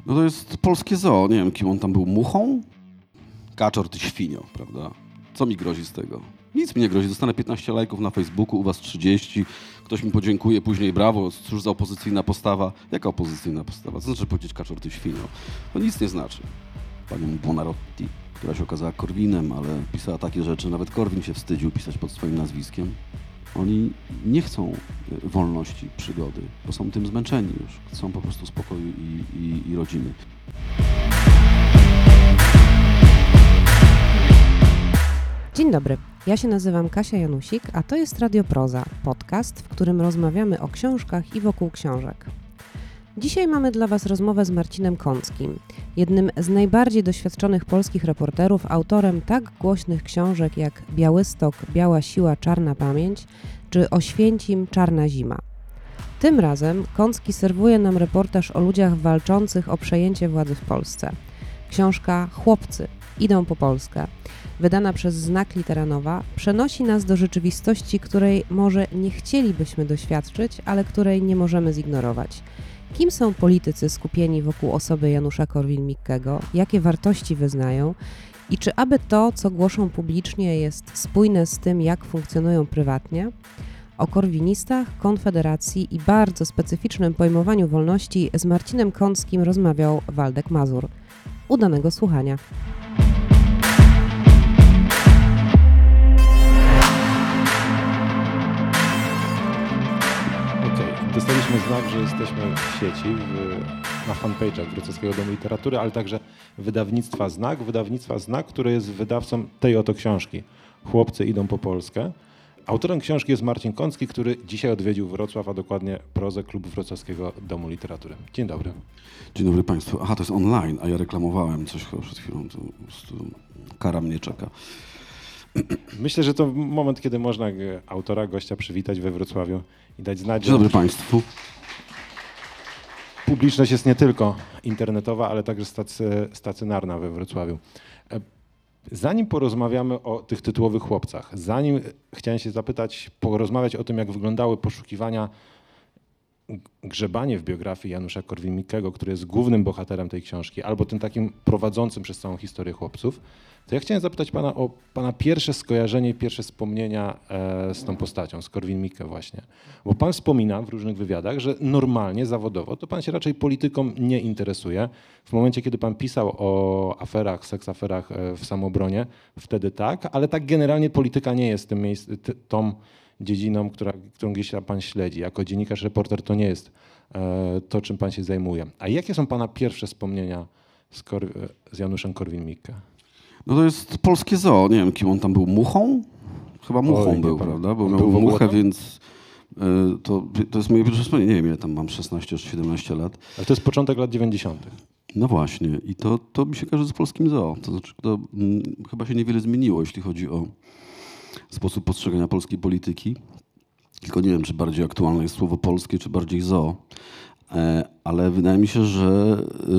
No to jest polskie zoo. Nie wiem, kim on tam był. Muchą? Kaczor, ty świnio, prawda? Co mi grozi z tego? Nic mi nie grozi. Dostanę 15 lajków na Facebooku, u was 30. Ktoś mi podziękuje, później brawo. Cóż za opozycyjna postawa. Jaka opozycyjna postawa? Co znaczy powiedzieć Kaczor, ty świnio? To nic nie znaczy. Panią Buonarroti, która się okazała Korwinem, ale pisała takie rzeczy. Nawet Korwin się wstydził pisać pod swoim nazwiskiem. Oni nie chcą wolności, przygody, bo są tym zmęczeni już. Chcą po prostu spokoju i rodziny. Dzień dobry, ja się nazywam Kasia Janusik, a to jest Radio Proza, podcast, w którym rozmawiamy o książkach i wokół książek. Dzisiaj mamy dla Was rozmowę z Marcinem Kąckim, jednym z najbardziej doświadczonych polskich reporterów, autorem tak głośnych książek jak Białystok, Biała siła, Czarna pamięć czy Oświęcim, Czarna zima. Tym razem Kącki serwuje nam reportaż o ludziach walczących o przejęcie władzy w Polsce. Książka Chłopcy idą po Polskę, wydana przez Znak Literanowa, przenosi nas do rzeczywistości, której może nie chcielibyśmy doświadczyć, ale której nie możemy zignorować. Kim są politycy skupieni wokół osoby Janusza Korwin-Mikkego, jakie wartości wyznają i czy aby to, co głoszą publicznie, jest spójne z tym, jak funkcjonują prywatnie? O korwinistach, Konfederacji i bardzo specyficznym pojmowaniu wolności z Marcinem Kąckim rozmawiał Waldek Mazur. Udanego słuchania. Dostaliśmy znak, że jesteśmy w sieci, na fanpage'ach Wrocławskiego Domu Literatury, ale także wydawnictwa Znak, które jest wydawcą tej oto książki. Chłopcy idą po Polskę. Autorem książki jest Marcin Kącki, który dzisiaj odwiedził Wrocław, a dokładnie prozę Klubu Wrocławskiego Domu Literatury. Dzień dobry. Dzień dobry Państwu. Aha, to jest online, a ja reklamowałem coś chyba przed chwilą. To po prostu kara mnie czeka. Myślę, że to moment, kiedy można autora, gościa przywitać we Wrocławiu i dać znać, Dzień dobry Państwu. Publiczność jest nie tylko internetowa, ale także stacjonarna we Wrocławiu. Zanim porozmawiamy o tych tytułowych chłopcach, chciałem się zapytać, porozmawiać o tym, jak wyglądały poszukiwania, grzebanie w biografii Janusza Korwin-Mikkego, który jest głównym bohaterem tej książki, albo tym takim prowadzącym przez całą historię chłopców, to ja chciałem zapytać pana o pana pierwsze skojarzenie, pierwsze wspomnienia z tą postacią, z Korwin-Mikke właśnie. Bo pan wspomina w różnych wywiadach, że normalnie, zawodowo, to pan się raczej polityką nie interesuje. W momencie, kiedy pan pisał o aferach, seksaferach w Samobronie, wtedy tak, ale tak generalnie polityka nie jest tą dziedziną, którą gdzieś pan śledzi. Jako dziennikarz, reporter to nie jest to, czym pan się zajmuje. A jakie są pana pierwsze wspomnienia z Januszem Korwin-Mikke? No to jest polskie zoo. Nie wiem, kim on tam był. Muchą? Chyba muchą był, prawda? Bo miał muchę, więc to jest moje pierwsze wspomnienie. Nie wiem, ile tam mam, 16 czy 17 lat. Ale to jest początek lat 90. No właśnie. I to mi się kojarzy z polskim zoo. To znaczy, chyba się niewiele zmieniło, jeśli chodzi o sposób postrzegania polskiej polityki. Tylko nie wiem, czy bardziej aktualne jest słowo polskie, czy bardziej zoo. Ale wydaje mi się, że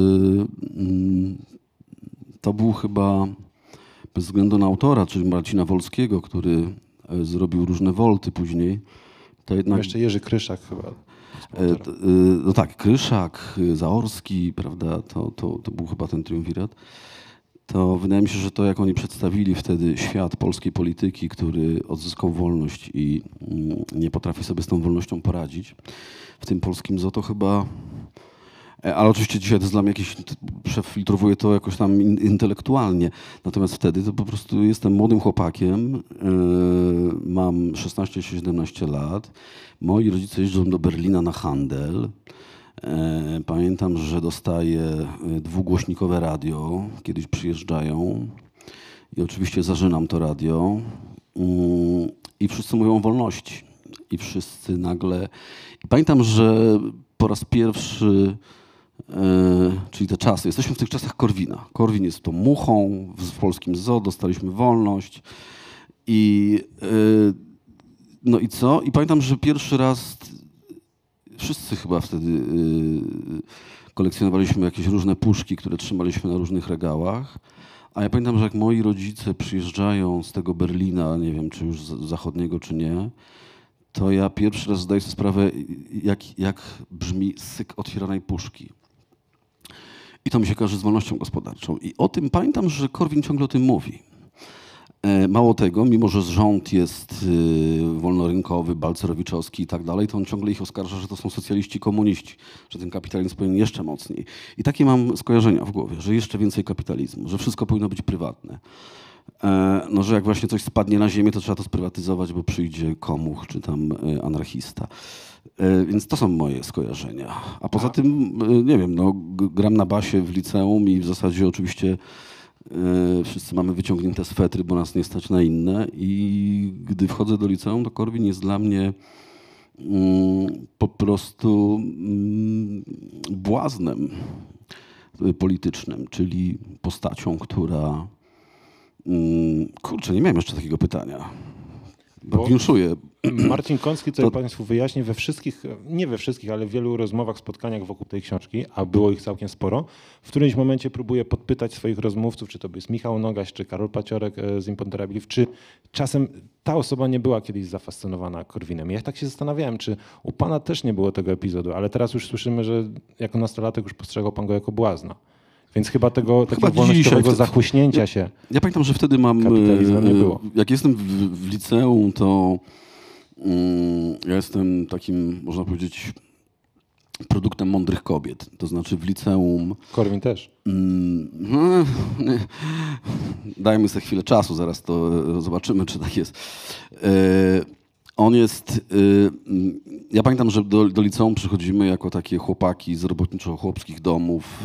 to był chyba, bez względu na autora, czyli Marcina Wolskiego, który zrobił różne wolty później, to jednak... Jeszcze Jerzy Kryszak chyba. No tak, Kryszak, Zaorski, prawda, to był chyba ten triumvirat. To wydaje mi się, że to, jak oni przedstawili wtedy świat polskiej polityki, który odzyskał wolność i nie potrafi sobie z tą wolnością poradzić, w tym polskim zoo to chyba... Ale oczywiście dzisiaj to jest dla mnie jakieś, przefiltrowuję to jakoś tam intelektualnie. Natomiast wtedy to po prostu jestem młodym chłopakiem, mam 16 czy 17 lat. Moi rodzice jeżdżą do Berlina na handel. Pamiętam, że dostaję dwugłośnikowe radio, kiedyś przyjeżdżają i oczywiście zażynam to radio i wszyscy mówią o wolności. I wszyscy nagle... I pamiętam, że po raz pierwszy... czyli te czasy. Jesteśmy w tych czasach Korwina. Korwin jest tą muchą w polskim zoo, dostaliśmy wolność no i co? I pamiętam, że pierwszy raz wszyscy chyba wtedy kolekcjonowaliśmy jakieś różne puszki, które trzymaliśmy na różnych regałach. A ja pamiętam, że jak moi rodzice przyjeżdżają z tego Berlina, nie wiem, czy już zachodniego, czy nie, to ja pierwszy raz zdaję sobie sprawę, jak brzmi syk otwieranej puszki. I to mi się kojarzy z wolnością gospodarczą. I o tym pamiętam, że Korwin ciągle o tym mówi. Mało tego, mimo że rząd jest wolnorynkowy, balcerowiczowski i tak dalej, to on ciągle ich oskarża, że to są socjaliści, komuniści, że ten kapitalizm powinien jeszcze mocniej. I takie mam skojarzenia w głowie, że jeszcze więcej kapitalizmu, że wszystko powinno być prywatne. No, że jak właśnie coś spadnie na ziemię, to trzeba to sprywatyzować, bo przyjdzie komuch czy tam anarchista. Więc to są moje skojarzenia. A poza tym, nie wiem, no, gram na basie w liceum i w zasadzie oczywiście wszyscy mamy wyciągnięte swetry, bo nas nie stać na inne. I gdy wchodzę do liceum, to Korwin jest dla mnie po prostu błaznem politycznym, czyli postacią, która... Kurczę, nie miałem jeszcze takiego pytania. Winszuję. Marcin Kącki tutaj Państwu wyjaśni nie we wszystkich, ale w wielu rozmowach, spotkaniach wokół tej książki, a było ich całkiem sporo, w którymś momencie próbuje podpytać swoich rozmówców, czy to jest Michał Nogaś, czy Karol Paciorek z Imponderabiliv, czy czasem ta osoba nie była kiedyś zafascynowana Korwinem. Ja tak się zastanawiałem, czy u Pana też nie było tego epizodu, ale teraz już słyszymy, że jako nastolatek już postrzegał Pan go jako błazna. Więc chyba takiego wolnościowego zachłyśnięcia się. Ja pamiętam, że wtedy mam. Nie było. Jak jestem w liceum, to ja jestem takim, można powiedzieć, produktem mądrych kobiet. To znaczy w liceum. Korwin też. Dajmy sobie chwilę czasu, zaraz to zobaczymy, czy tak jest. On jest. Ja pamiętam, że do liceum przychodzimy jako takie chłopaki z robotniczo-chłopskich domów.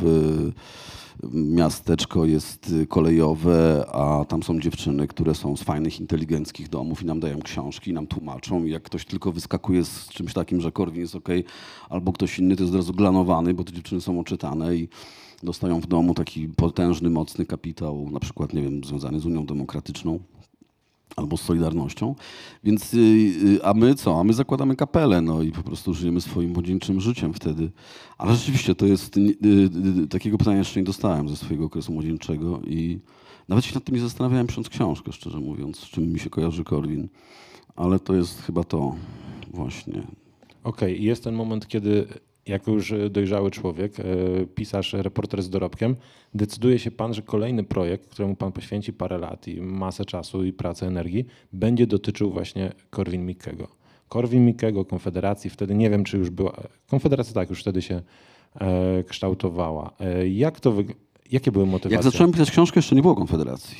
Miasteczko jest kolejowe, a tam są dziewczyny, które są z fajnych, inteligenckich domów i nam dają książki, i nam tłumaczą. I jak ktoś tylko wyskakuje z czymś takim, że Korwin jest okej, albo ktoś inny, to jest od razu glanowany, bo te dziewczyny są oczytane i dostają w domu taki potężny, mocny kapitał, na przykład, nie wiem, związany z Unią Demokratyczną albo z Solidarnością. Więc, a my co? A my zakładamy kapelę, no i po prostu żyjemy swoim młodzieńczym życiem wtedy. Ale rzeczywiście to jest, takiego pytania jeszcze nie dostałem ze swojego okresu młodzieńczego i nawet się nad tym nie zastanawiałem, pisząc książkę, szczerze mówiąc, z czym mi się kojarzy Korwin. Ale to jest chyba to właśnie. Okej, jest ten moment, kiedy jako już dojrzały człowiek, pisarz, reporter z dorobkiem, decyduje się Pan, że kolejny projekt, któremu Pan poświęci parę lat i masę czasu i pracy, energii, będzie dotyczył właśnie Korwin-Mikkego. Korwin-Mikkego, Konfederacji, wtedy nie wiem, czy już była... Konfederacja tak, już wtedy się kształtowała. Jakie były motywacje? Jak zacząłem pisać książkę, jeszcze nie było Konfederacji.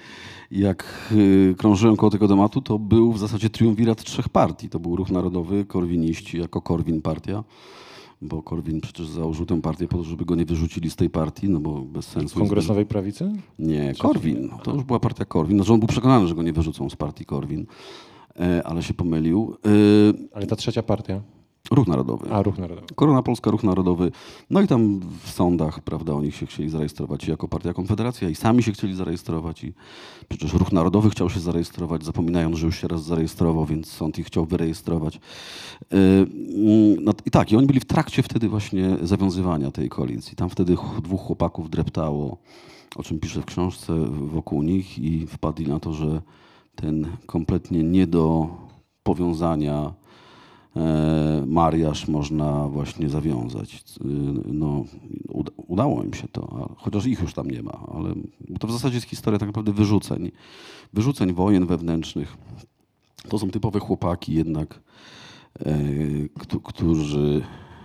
Jak krążyłem koło tego tematu, to był w zasadzie triumvirat 3 partii. To był Ruch Narodowy, korwiniści jako Korwin partia, bo Korwin przecież założył tę partię po to, żeby go nie wyrzucili z tej partii, no bo bez sensu. Kongres Nowej Prawicy? Nie, Korwin. To już była partia Korwin. Znaczy on był przekonany, że go nie wyrzucą z partii Korwin, ale się pomylił. Ale ta trzecia partia? Ruch Narodowy. A, Ruch Narodowy. Korona Polska, Ruch Narodowy. No i tam w sądach, prawda, oni się chcieli zarejestrować jako partia Konfederacja i sami się chcieli zarejestrować i przecież Ruch Narodowy chciał się zarejestrować, zapominając, że już się raz zarejestrował, więc sąd ich chciał wyrejestrować. No i tak, i oni byli w trakcie wtedy właśnie zawiązywania tej koalicji. Tam wtedy 2 chłopaków dreptało, o czym piszę w książce, wokół nich i wpadli na to, że ten kompletnie nie do powiązania mariaż można właśnie zawiązać. No, udało im się to, chociaż ich już tam nie ma, ale to w zasadzie jest historia tak naprawdę wyrzuceń wojen wewnętrznych. To są typowe chłopaki jednak, którzy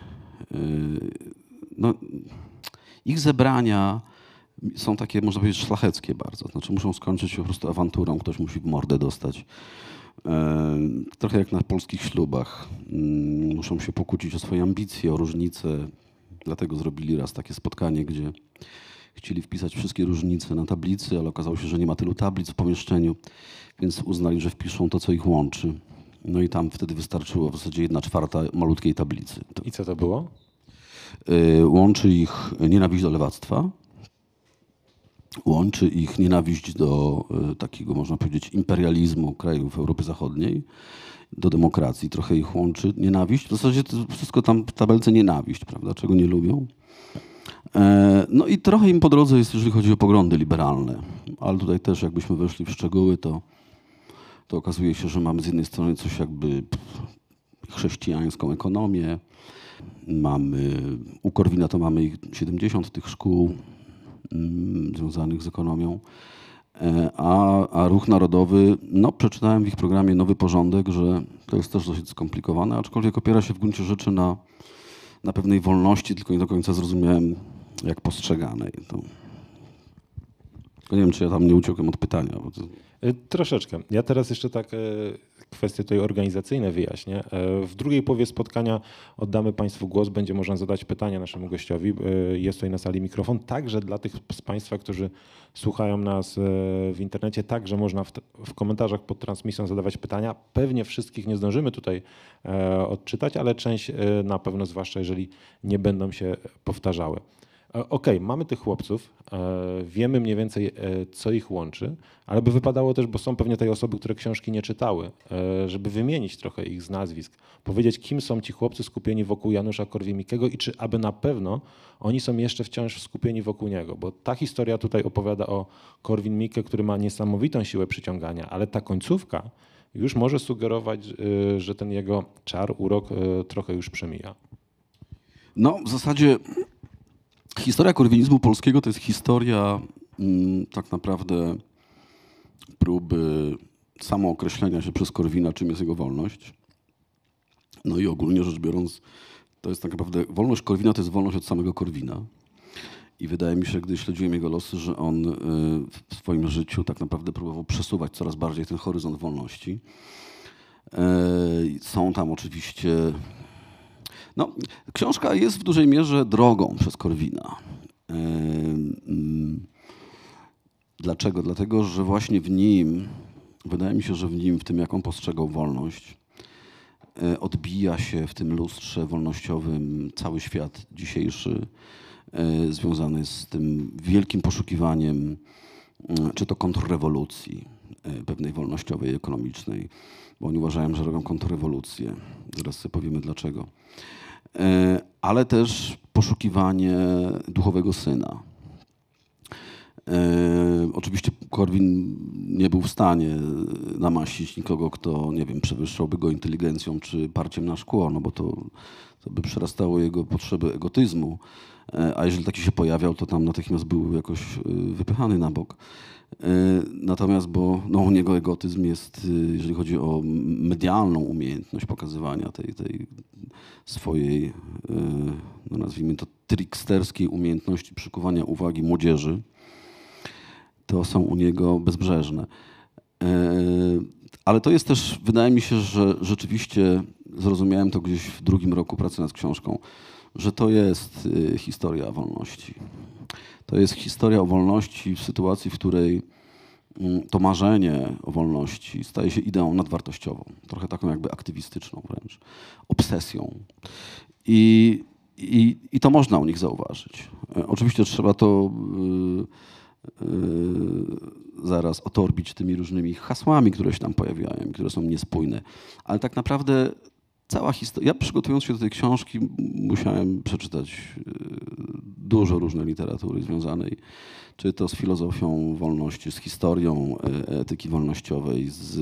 no, ich zebrania są takie, można powiedzieć, szlacheckie bardzo. Znaczy muszą skończyć się po prostu awanturą, ktoś musi w mordę dostać. Trochę jak na polskich ślubach. Muszą się pokłócić o swoje ambicje, o różnice. Dlatego zrobili raz takie spotkanie, gdzie chcieli wpisać wszystkie różnice na tablicy, ale okazało się, że nie ma tylu tablic w pomieszczeniu, więc uznali, że wpiszą to, co ich łączy. No i tam wtedy wystarczyło w zasadzie 1/4 malutkiej tablicy. I co to było? Łączy ich nienawiść do lewactwa. Łączy ich nienawiść do takiego, można powiedzieć, imperializmu krajów Europy Zachodniej, do demokracji. Trochę ich łączy nienawiść. W zasadzie to wszystko tam w tabelce nienawiść, prawda, czego nie lubią. No i trochę im po drodze jest, jeżeli chodzi o poglądy liberalne. Ale tutaj też jakbyśmy weszli w szczegóły, to okazuje się, że mamy z jednej strony coś jakby chrześcijańską ekonomię, U Korwina to mamy ich 70 tych szkół związanych z ekonomią. A Ruch Narodowy, przeczytałem w ich programie Nowy Porządek, że to jest też dosyć skomplikowane, aczkolwiek opiera się w gruncie rzeczy na pewnej wolności, tylko nie do końca zrozumiałem, jak postrzeganej. Nie wiem, czy ja tam nie uciekłem od pytania. Bo to... Troszeczkę. Ja teraz jeszcze tak kwestie tutaj organizacyjne wyjaśnię. W drugiej połowie spotkania oddamy Państwu głos, będzie można zadać pytania naszemu gościowi. Jest tutaj na sali mikrofon. Także dla tych z Państwa, którzy słuchają nas w internecie, także można w komentarzach pod transmisją zadawać pytania. Pewnie wszystkich nie zdążymy tutaj odczytać, ale część na pewno, zwłaszcza jeżeli nie będą się powtarzały. Okej, mamy tych chłopców, wiemy mniej więcej, co ich łączy, ale by wypadało też, bo są pewnie tej osoby, które książki nie czytały, żeby wymienić trochę ich z nazwisk, powiedzieć, kim są ci chłopcy skupieni wokół Janusza Korwin-Mikkego i czy aby na pewno oni są jeszcze wciąż skupieni wokół niego, bo ta historia tutaj opowiada o Korwin-Mikke, który ma niesamowitą siłę przyciągania, ale ta końcówka już może sugerować, że ten jego czar, urok trochę już przemija. W zasadzie historia korwinizmu polskiego to jest historia tak naprawdę próby samookreślenia się przez Korwina, czym jest jego wolność. I ogólnie rzecz biorąc, to jest tak naprawdę wolność Korwina to jest wolność od samego Korwina. I wydaje mi się, gdy śledziłem jego losy, że on w swoim życiu tak naprawdę próbował przesuwać coraz bardziej ten horyzont wolności. Są tam oczywiście... książka jest w dużej mierze drogą przez Korwina. Dlaczego? Dlatego, że właśnie w nim, wydaje mi się, że w tym, jak on postrzegał wolność, odbija się w tym lustrze wolnościowym cały świat dzisiejszy, związany z tym wielkim poszukiwaniem, czy to kontrrewolucji pewnej wolnościowej, ekonomicznej, bo oni uważają, że robią kontrrewolucję. Zaraz sobie powiemy dlaczego. Ale też poszukiwanie duchowego syna. Oczywiście Korwin nie był w stanie namaścić nikogo, kto, przewyższałby go inteligencją czy parciem na szkło, bo to by przerastało jego potrzeby egotyzmu. A jeżeli taki się pojawiał, to tam natychmiast był jakoś wypychany na bok. Natomiast, u niego egotyzm jest, jeżeli chodzi o medialną umiejętność pokazywania tej swojej, nazwijmy to, tricksterskiej umiejętności przykuwania uwagi młodzieży, to są u niego bezbrzeżne. Ale to jest też, wydaje mi się, że rzeczywiście zrozumiałem to gdzieś w drugim roku pracy nad książką, że to jest historia wolności. To jest historia o wolności w sytuacji, w której to marzenie o wolności staje się ideą nadwartościową, trochę taką jakby aktywistyczną wręcz, obsesją. I to można u nich zauważyć. Oczywiście trzeba to zaraz otorbić tymi różnymi hasłami, które się tam pojawiają, które są niespójne. Ale tak naprawdę cała historia... Ja przygotowując się do tej książki musiałem przeczytać dużo różnej literatury związanej czy to z filozofią wolności, z historią etyki wolnościowej, z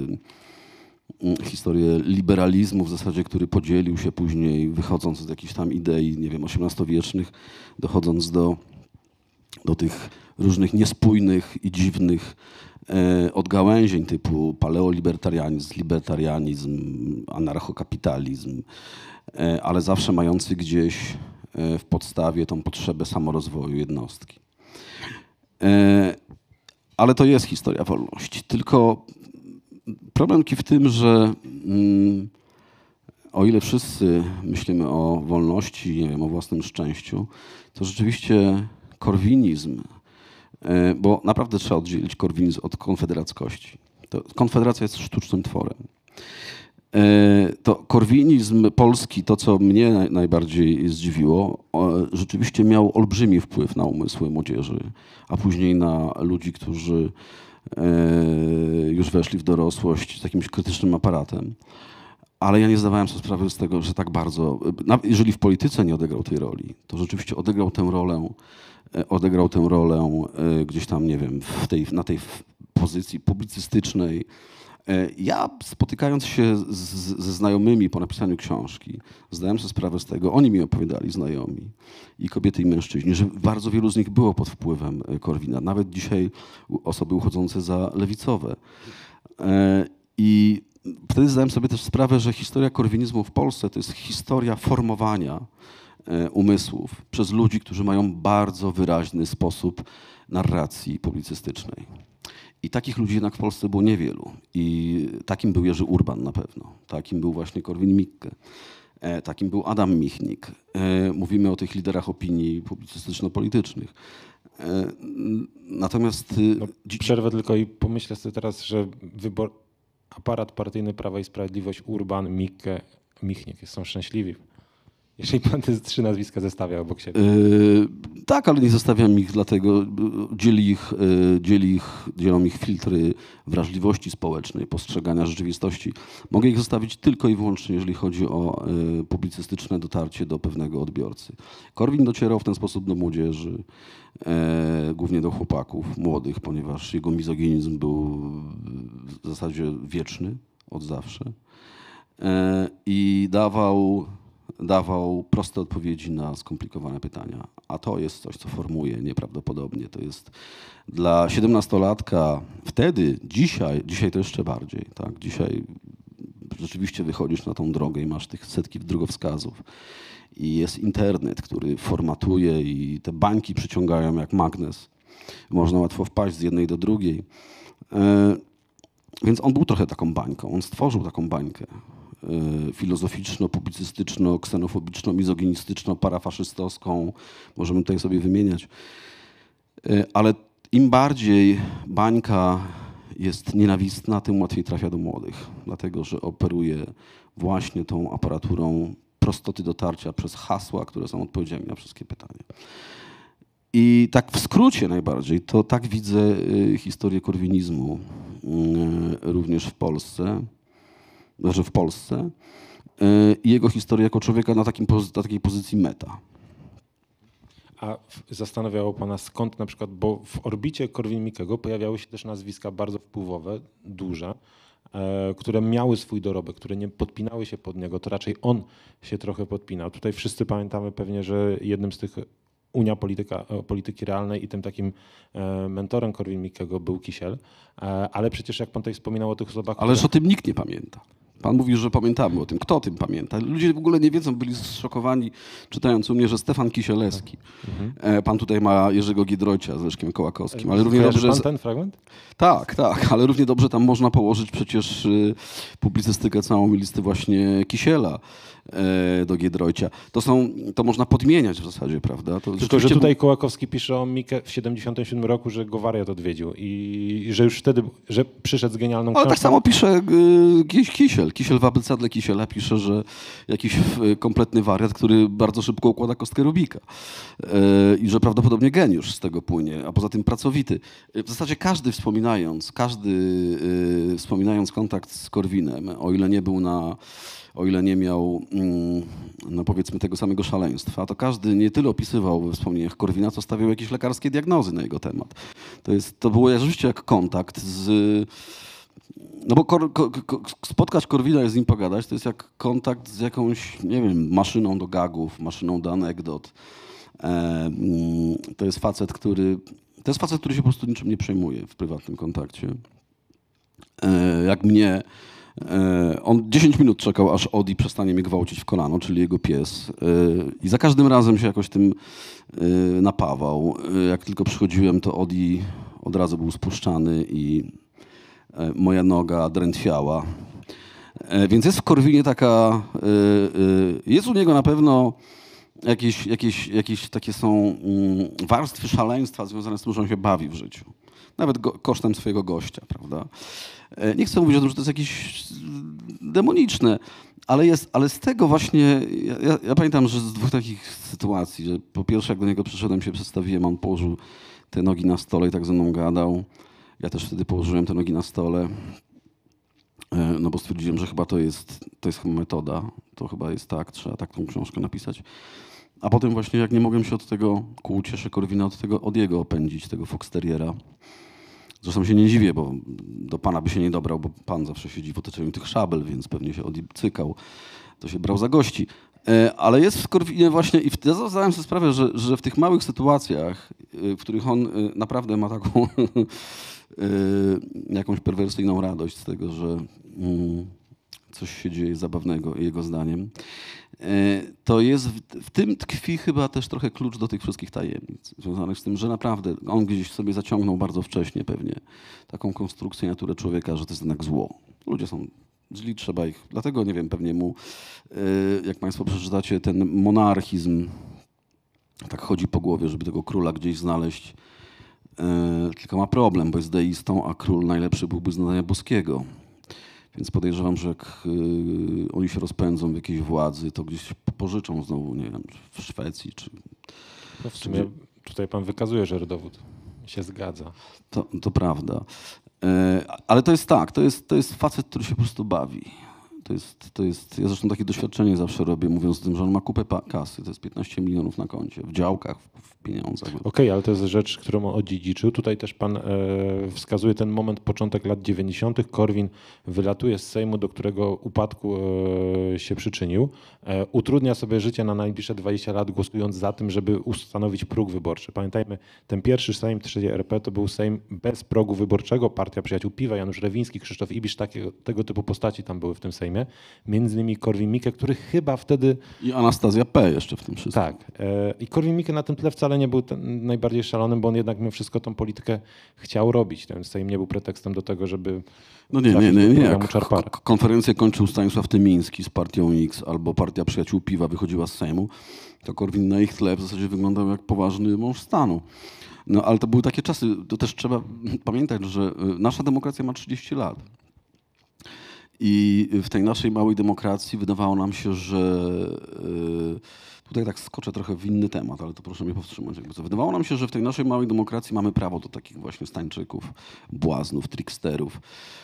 historię liberalizmu w zasadzie, który podzielił się później, wychodząc z jakichś tam idei, XVIII-wiecznych, dochodząc do tych różnych niespójnych i dziwnych odgałęzień typu paleolibertarianizm, libertarianizm, anarchokapitalizm, ale zawsze mający gdzieś w podstawie tą potrzebę samorozwoju jednostki. Ale to jest historia wolności. Tylko problem tkwi w tym, że o ile wszyscy myślimy o wolności, o własnym szczęściu, to rzeczywiście korwinizm, bo naprawdę trzeba oddzielić korwinizm od konfederackości. Konfederacja jest sztucznym tworem. To korwinizm polski, to co mnie najbardziej zdziwiło, rzeczywiście miał olbrzymi wpływ na umysły młodzieży, a później na ludzi, którzy już weszli w dorosłość z jakimś krytycznym aparatem. Ale ja nie zdawałem sobie sprawy z tego, że tak bardzo, jeżeli w polityce nie odegrał tej roli, to rzeczywiście odegrał tę rolę gdzieś tam, na tej pozycji publicystycznej, Ja spotykając się ze znajomymi po napisaniu książki, zdałem sobie sprawę z tego, oni mi opowiadali, znajomi, i kobiety, i mężczyźni, że bardzo wielu z nich było pod wpływem Korwina, nawet dzisiaj osoby uchodzące za lewicowe. I wtedy zdałem sobie też sprawę, że historia korwinizmu w Polsce to jest historia formowania umysłów przez ludzi, którzy mają bardzo wyraźny sposób narracji publicystycznej. I takich ludzi jednak w Polsce było niewielu. I takim był Jerzy Urban na pewno. Takim był właśnie Korwin-Mikke. Takim był Adam Michnik. Mówimy o tych liderach opinii publicystyczno-politycznych. Natomiast... Przerwę tylko i pomyślę sobie teraz, że aparat partyjny Prawa i Sprawiedliwość, Urban, Mikke, Michnik są szczęśliwi. Jeżeli pan te 3 nazwiska zestawia obok siebie. Tak, ale nie zostawiam ich dlatego, dzielą ich filtry wrażliwości społecznej, postrzegania rzeczywistości. Mogę ich zostawić tylko i wyłącznie, jeżeli chodzi o publicystyczne dotarcie do pewnego odbiorcy. Korwin docierał w ten sposób do młodzieży, głównie do chłopaków młodych, ponieważ jego mizoginizm był w zasadzie wieczny od zawsze i dawał proste odpowiedzi na skomplikowane pytania. A to jest coś, co formuje nieprawdopodobnie. To jest dla 17-latka wtedy, dzisiaj to jeszcze bardziej. Tak? Dzisiaj rzeczywiście wychodzisz na tą drogę i masz tych setki drogowskazów. I jest internet, który formatuje i te bańki przyciągają jak magnes. Można łatwo wpaść z jednej do drugiej. Więc on był trochę taką bańką. On stworzył taką bańkę. Filozoficzno-publicystyczno, ksenofobiczno-mizoginistyczno-parafaszystowską. Możemy tutaj sobie wymieniać. Ale im bardziej bańka jest nienawistna, tym łatwiej trafia do młodych. Dlatego, że operuje właśnie tą aparaturą prostoty dotarcia przez hasła, które są odpowiedziami na wszystkie pytania. I tak w skrócie najbardziej, to tak widzę historię korwinizmu również w Polsce. I jego historię jako człowieka na takiej pozycji meta. A zastanawiało pana skąd na przykład, bo w orbicie Korwin-Mikkego pojawiały się też nazwiska bardzo wpływowe, duże, które miały swój dorobek, które nie podpinały się pod niego, to raczej on się trochę podpinał. Tutaj wszyscy pamiętamy pewnie, że jednym z tych Unia Polityki Realnej i tym takim mentorem Korwin-Mikkego był Kisiel, ale przecież jak pan tutaj wspominał o tych osobach... Ależ o tym nikt nie pamięta. Pan mówi, że pamiętamy o tym. Kto o tym pamięta? Ludzie w ogóle nie wiedzą, byli zszokowani, czytając u mnie, że Stefan Kisielewski. Pan tutaj ma Jerzego Giedroycia z Leszkiem Kołakowskim. Ale równie dobrze... pan ten fragment? Tak, ale równie dobrze tam można położyć przecież publicystykę całą i listy właśnie Kisiela do Giedroycia. To można podmieniać w zasadzie, prawda? Tylko, że tutaj Kołakowski pisze o Mikke w 77 roku, że go wariat odwiedził i że już wtedy, że przyszedł z genialną książką. Ale tak samo pisze Kisiel w abecadle Kisiela pisze, że jakiś kompletny wariat, który bardzo szybko układa kostkę Rubika i że prawdopodobnie geniusz z tego płynie, a poza tym pracowity. W zasadzie każdy wspominając kontakt z Korwinem, o ile nie miał, no powiedzmy, tego samego szaleństwa, to każdy nie tyle opisywał we wspomnieniach Korwina, co stawiał jakieś lekarskie diagnozy na jego temat. To było rzeczywiście jak kontakt z... No bo spotkać Korwina i z nim pogadać, to jest jak kontakt z jakąś, nie wiem, maszyną do gagów, maszyną do anegdot. To jest facet, który się po prostu niczym nie przejmuje w prywatnym kontakcie. Jak mnie... On 10 minut czekał, aż Odi przestanie mnie gwałcić w kolano, czyli jego pies. I za każdym razem się jakoś tym napawał. Jak tylko przychodziłem, to Odi od razu był spuszczany i moja noga drętwiała. Więc jest w Korwinie taka... Jest u niego na pewno jakieś takie są warstwy szaleństwa związane z tym, że on się bawi w życiu. Nawet kosztem swojego gościa, prawda? Nie chcę mówić o tym, że to jest jakieś demoniczne, ale z tego właśnie, ja pamiętam, że z 2 takich sytuacji, że po pierwsze jak do niego przyszedłem, się przedstawiłem, on położył te nogi na stole i tak ze mną gadał. Ja też wtedy położyłem te nogi na stole, no bo stwierdziłem, że chyba to jest chyba metoda, to chyba jest tak, trzeba tak tą książkę napisać. A potem właśnie jak nie mogłem się od tego ku uciesze Korwina, od jego opędzić, tego foxteriera, Zresztą się nie dziwię, bo do pana by się nie dobrał, bo pan zawsze siedzi w otoczeniu tych szabel, więc pewnie się odcykał. To się brał za gości. Ale jest w Korwinie właśnie, i ja zdałem sobie sprawę, że w tych małych sytuacjach, w których on naprawdę ma taką jakąś perwersyjną radość z tego, że coś się dzieje zabawnego, jego zdaniem, to jest w tym tkwi chyba też trochę klucz do tych wszystkich tajemnic, związanych z tym, że naprawdę on gdzieś sobie zaciągnął bardzo wcześnie pewnie taką konstrukcję natury człowieka, że to jest jednak zło. Ludzie są źli, trzeba ich, dlatego nie wiem, pewnie mu, jak państwo przeczytacie, ten monarchizm tak chodzi po głowie, żeby tego króla gdzieś znaleźć, tylko ma problem, bo jest deistą, a król najlepszy byłby z nadania boskiego. Więc podejrzewam, że jak oni się rozpędzą w jakiejś władzy, to gdzieś pożyczą znowu, nie wiem, w Szwecji czy... No w sumie tutaj pan wykazuje, że rodowód się zgadza. To prawda. Ale to jest tak, to jest facet, który się po prostu bawi. Ja zresztą takie doświadczenie zawsze robię, mówiąc o tym, że on ma kupę kasy. To jest 15 milionów na koncie, w działkach, w pieniądzach. Okej, ale to jest rzecz, którą on odziedziczył. Tutaj też pan wskazuje ten moment, początek lat 90. Korwin wylatuje z Sejmu, do którego upadku się przyczynił. Utrudnia sobie życie na najbliższe 20 lat, głosując za tym, żeby ustanowić próg wyborczy. Pamiętajmy, ten pierwszy Sejm III RP to był Sejm bez progu wyborczego. Partia Przyjaciół Piwa, Janusz Rewiński, Krzysztof Ibisz, tego typu postaci tam były w tym Sejmie. Między innymi Korwin-Mikke, który chyba wtedy... I Anastazja P. jeszcze w tym wszystkim. Tak. I Korwin-Mikke na tym tle wcale nie był najbardziej szalonym, bo on jednak mimo wszystko tą politykę chciał robić. Ten Sejm nie był pretekstem do tego, żeby... No nie. Jak Konferencję kończył Stanisław Tymiński z partią X albo Partia Przyjaciół Piwa wychodziła z Sejmu, to Korwin na ich tle w zasadzie wyglądał jak poważny mąż stanu. No ale to były takie czasy, to też trzeba pamiętać, że nasza demokracja ma 30 lat. I w tej naszej małej demokracji wydawało nam się, że tutaj tak skoczę trochę w inny temat, ale to proszę mnie powstrzymać. Wydawało nam się, że w tej naszej małej demokracji mamy prawo do takich właśnie stańczyków, błaznów, tricksterów,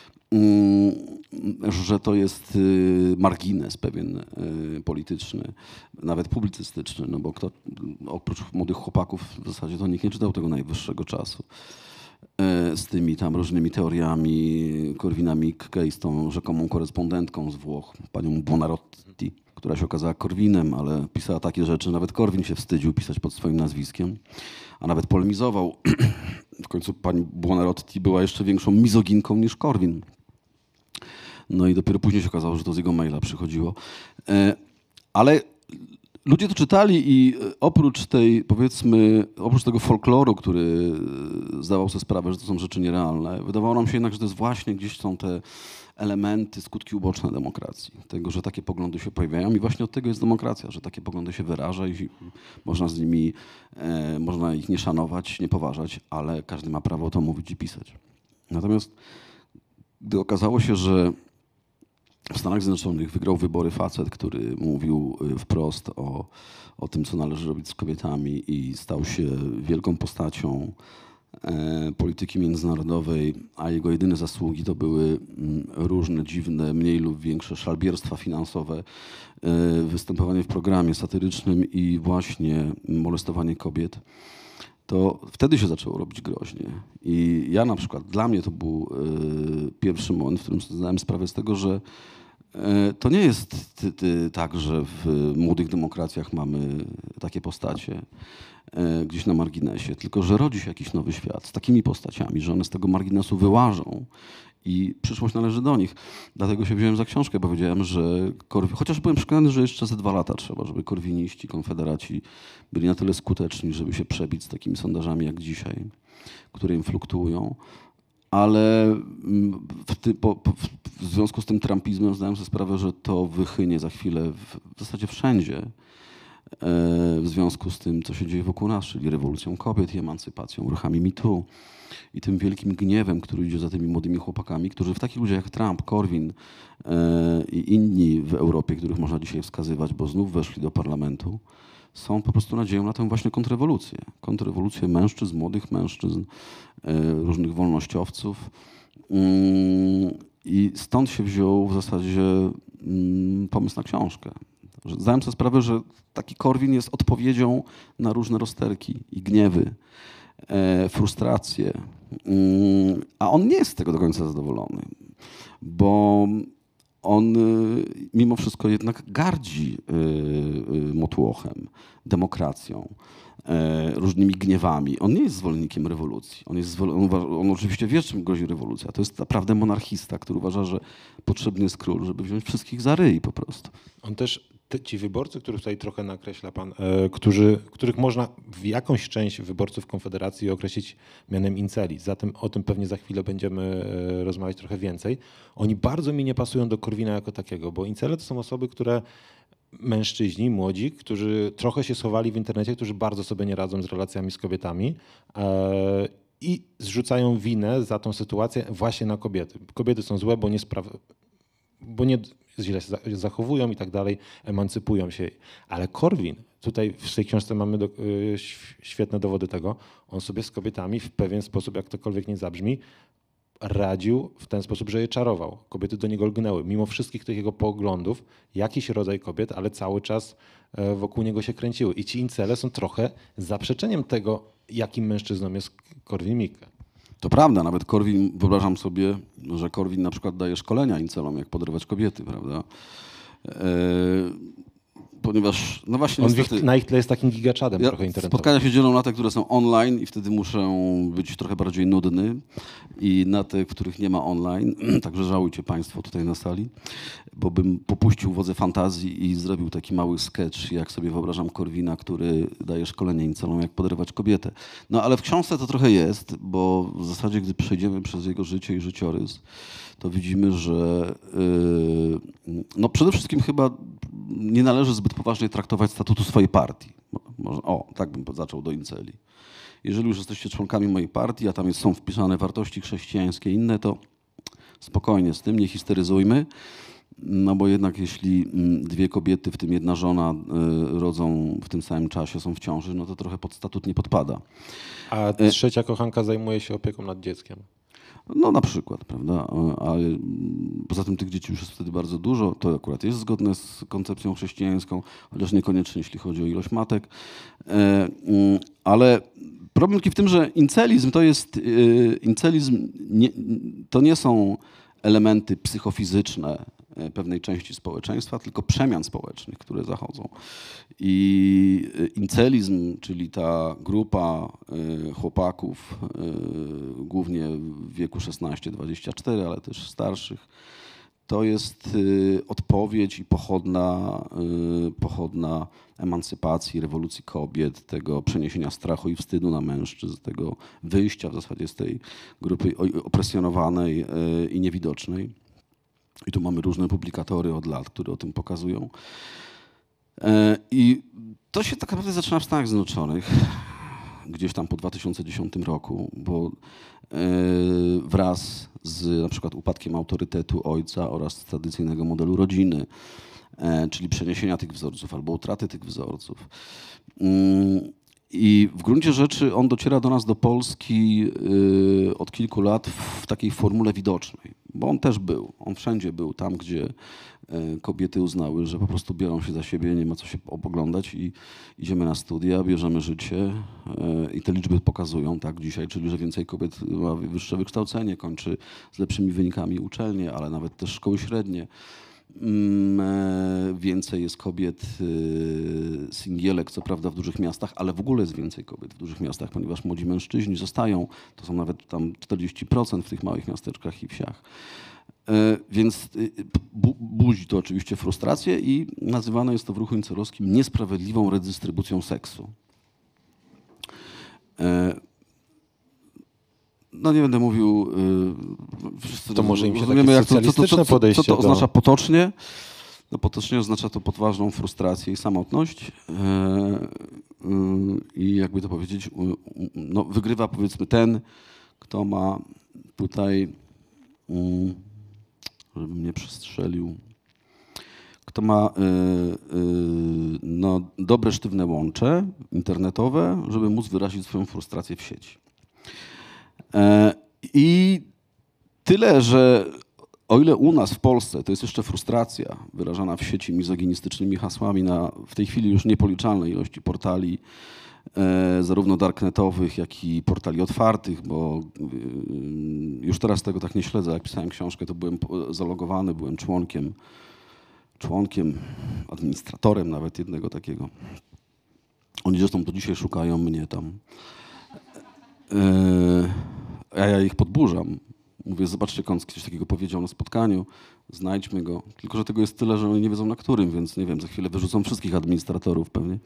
że to jest margines pewien polityczny, nawet publicystyczny, no bo oprócz młodych chłopaków w zasadzie to nikt nie czytał tego najwyższego czasu. Z tymi tam różnymi teoriami Korwina-Mikke i z tą rzekomą korespondentką z Włoch, panią Buonarroti, która się okazała Korwinem, ale pisała takie rzeczy, nawet Korwin się wstydził pisać pod swoim nazwiskiem, a nawet polemizował. W końcu pani Buonarroti była jeszcze większą mizoginką niż Korwin. No i dopiero później się okazało, że to z jego maila przychodziło. Ale ludzie to czytali i oprócz tej, powiedzmy, oprócz tego folkloru, który zdawał sobie sprawę, że to są rzeczy nierealne, wydawało nam się jednak, że to jest właśnie gdzieś są te elementy, skutki uboczne demokracji. Tego, że takie poglądy się pojawiają i właśnie od tego jest demokracja, że takie poglądy się wyraża i można z nimi, można ich nie szanować, nie poważać, ale każdy ma prawo to mówić i pisać. Natomiast gdy okazało się, że w Stanach Zjednoczonych wygrał wybory facet, który mówił wprost o tym, co należy robić z kobietami i stał się wielką postacią polityki międzynarodowej, a jego jedyne zasługi to były różne dziwne, mniej lub większe szalbierstwa finansowe, występowanie w programie satyrycznym i właśnie molestowanie kobiet. To wtedy się zaczęło robić groźnie. I ja na przykład, dla mnie to był pierwszy moment, w którym zdałem sprawę z tego, że to nie jest tak, że w młodych demokracjach mamy takie postacie gdzieś na marginesie, tylko że rodzi się jakiś nowy świat z takimi postaciami, że one z tego marginesu wyłażą i przyszłość należy do nich. Dlatego się wziąłem za książkę, bo wiedziałem, że chociaż byłem przekonany, że jeszcze ze 2 lata trzeba, żeby korwiniści, konfederaci byli na tyle skuteczni, żeby się przebić z takimi sondażami jak dzisiaj, które im fluktuują. Ale w związku z tym trumpizmem zdałem sobie sprawę, że to wychynie za chwilę w zasadzie wszędzie w związku z tym, co się dzieje wokół nas, czyli rewolucją kobiet i emancypacją, ruchami MeToo i tym wielkim gniewem, który idzie za tymi młodymi chłopakami, którzy w takich ludziach jak Trump, Korwin i inni w Europie, których można dzisiaj wskazywać, bo znów weszli do parlamentu, są po prostu nadzieją na tę właśnie kontrrewolucję. Kontrrewolucję mężczyzn, młodych mężczyzn, różnych wolnościowców. I stąd się wziął w zasadzie pomysł na książkę. Zdałem sobie sprawę, że taki Korwin jest odpowiedzią na różne rozterki i gniewy frustrację, a on nie jest z tego do końca zadowolony, bo on mimo wszystko jednak gardzi motłochem, demokracją, różnymi gniewami. On nie jest zwolennikiem rewolucji. On oczywiście wie, czym grozi rewolucja. To jest naprawdę monarchista, który uważa, że potrzebny jest król, żeby wziąć wszystkich za ryj po prostu. On też, ci wyborcy, których tutaj trochę nakreśla pan, których można w jakąś część wyborców Konfederacji określić mianem inceli. Zatem o tym pewnie za chwilę będziemy rozmawiać trochę więcej. Oni bardzo mi nie pasują do Korwina jako takiego, bo incele to są osoby, mężczyźni, młodzi, którzy trochę się schowali w internecie, którzy bardzo sobie nie radzą z relacjami z kobietami i zrzucają winę za tą sytuację właśnie na kobiety. Kobiety są złe, bo nie źle się zachowują i tak dalej, emancypują się. Ale Korwin, tutaj w tej książce mamy świetne dowody tego, on sobie z kobietami w pewien sposób, jak tokolwiek nie zabrzmi, radził w ten sposób, że je czarował. Kobiety do niego lgnęły. Mimo wszystkich tych jego poglądów, jakiś rodzaj kobiet, ale cały czas wokół niego się kręciły. I ci incele są trochę zaprzeczeniem tego, jakim mężczyzną jest Korwin-Mikke. To prawda, nawet Korwin, wyobrażam sobie, że Korwin na przykład daje szkolenia incelom, jak podrywać kobiety, prawda? Ponieważ, no właśnie on niestety, na ich tle jest takim gigaczadem trochę internetowym. Spotkania się dzielą na te, które są online i wtedy muszę być trochę bardziej nudny i na te, których nie ma online. Także żałujcie Państwo tutaj na sali, bo bym popuścił wodze fantazji i zrobił taki mały sketch, jak sobie wyobrażam Korwina, który daje szkolenie incelom, jak podrywać kobietę. No ale w książce to trochę jest, bo w zasadzie, gdy przejdziemy przez jego życie i życiorys, to widzimy, że no przede wszystkim chyba nie należy zbyt poważnie traktować statutu swojej partii. Może, tak bym zaczął do inceli. Jeżeli już jesteście członkami mojej partii, a tam są wpisane wartości chrześcijańskie i inne, to spokojnie z tym, nie histeryzujmy. No bo jednak jeśli dwie kobiety, w tym jedna żona, rodzą w tym samym czasie, są w ciąży, no to trochę pod statut nie podpada. A trzecia kochanka zajmuje się opieką nad dzieckiem. No na przykład, prawda? Ale poza tym tych dzieci już jest wtedy bardzo dużo. To akurat jest zgodne z koncepcją chrześcijańską, chociaż niekoniecznie, jeśli chodzi o ilość matek. Ale problem tkwi w tym, że incelizm to nie są elementy psychofizyczne pewnej części społeczeństwa, tylko przemian społecznych, które zachodzą. I incelizm, czyli ta grupa chłopaków, głównie w wieku 16-24, ale też starszych, to jest odpowiedź i pochodna emancypacji, rewolucji kobiet, tego przeniesienia strachu i wstydu na mężczyzn, tego wyjścia w zasadzie z tej grupy opresjonowanej i niewidocznej. I tu mamy różne publikatory od lat, które o tym pokazują. I to się tak naprawdę zaczyna w Stanach Zjednoczonych, gdzieś tam po 2010 roku, bo wraz z na przykład upadkiem autorytetu ojca oraz tradycyjnego modelu rodziny, czyli przeniesienia tych wzorców albo utraty tych wzorców. I w gruncie rzeczy on dociera do nas, do Polski od kilku lat w takiej formule widocznej, bo on też był. On wszędzie był tam, gdzie kobiety uznały, że po prostu biorą się za siebie, nie ma co się oglądać i idziemy na studia, bierzemy życie i te liczby pokazują tak dzisiaj, czyli że więcej kobiet ma wyższe wykształcenie, kończy z lepszymi wynikami uczelnie, ale nawet też szkoły średnie. Więcej jest kobiet singielek, co prawda w dużych miastach, ale w ogóle jest więcej kobiet w dużych miastach, ponieważ młodzi mężczyźni zostają, to są nawet tam 40% w tych małych miasteczkach i wsiach. Więc budzi to oczywiście frustrację i nazywane jest to w ruchu incelowskim niesprawiedliwą redystrybucją seksu. No nie będę mówił, wszyscy to może im się rozumiemy, takie socjalistyczne podejście co to oznacza potocznie. No potocznie oznacza to podważną frustrację i samotność. I jakby to powiedzieć, no wygrywa powiedzmy ten, kto ma tutaj, żebym nie przestrzelił, kto ma no, dobre, sztywne łącze internetowe, żeby móc wyrazić swoją frustrację w sieci. I tyle, że o ile u nas w Polsce to jest jeszcze frustracja wyrażana w sieci mizoginistycznymi hasłami na w tej chwili już niepoliczalnej ilości portali zarówno darknetowych, jak i portali otwartych, bo już teraz tego tak nie śledzę. Jak pisałem książkę, to byłem zalogowany, byłem członkiem, administratorem nawet jednego takiego. Oni zresztą do dzisiaj szukają mnie tam. A ja ich podburzam. Mówię, zobaczcie, Kąt ktoś takiego powiedział na spotkaniu, znajdźmy go. Tylko że tego jest tyle, że oni nie wiedzą na którym, więc nie wiem, za chwilę wyrzucą wszystkich administratorów pewnie.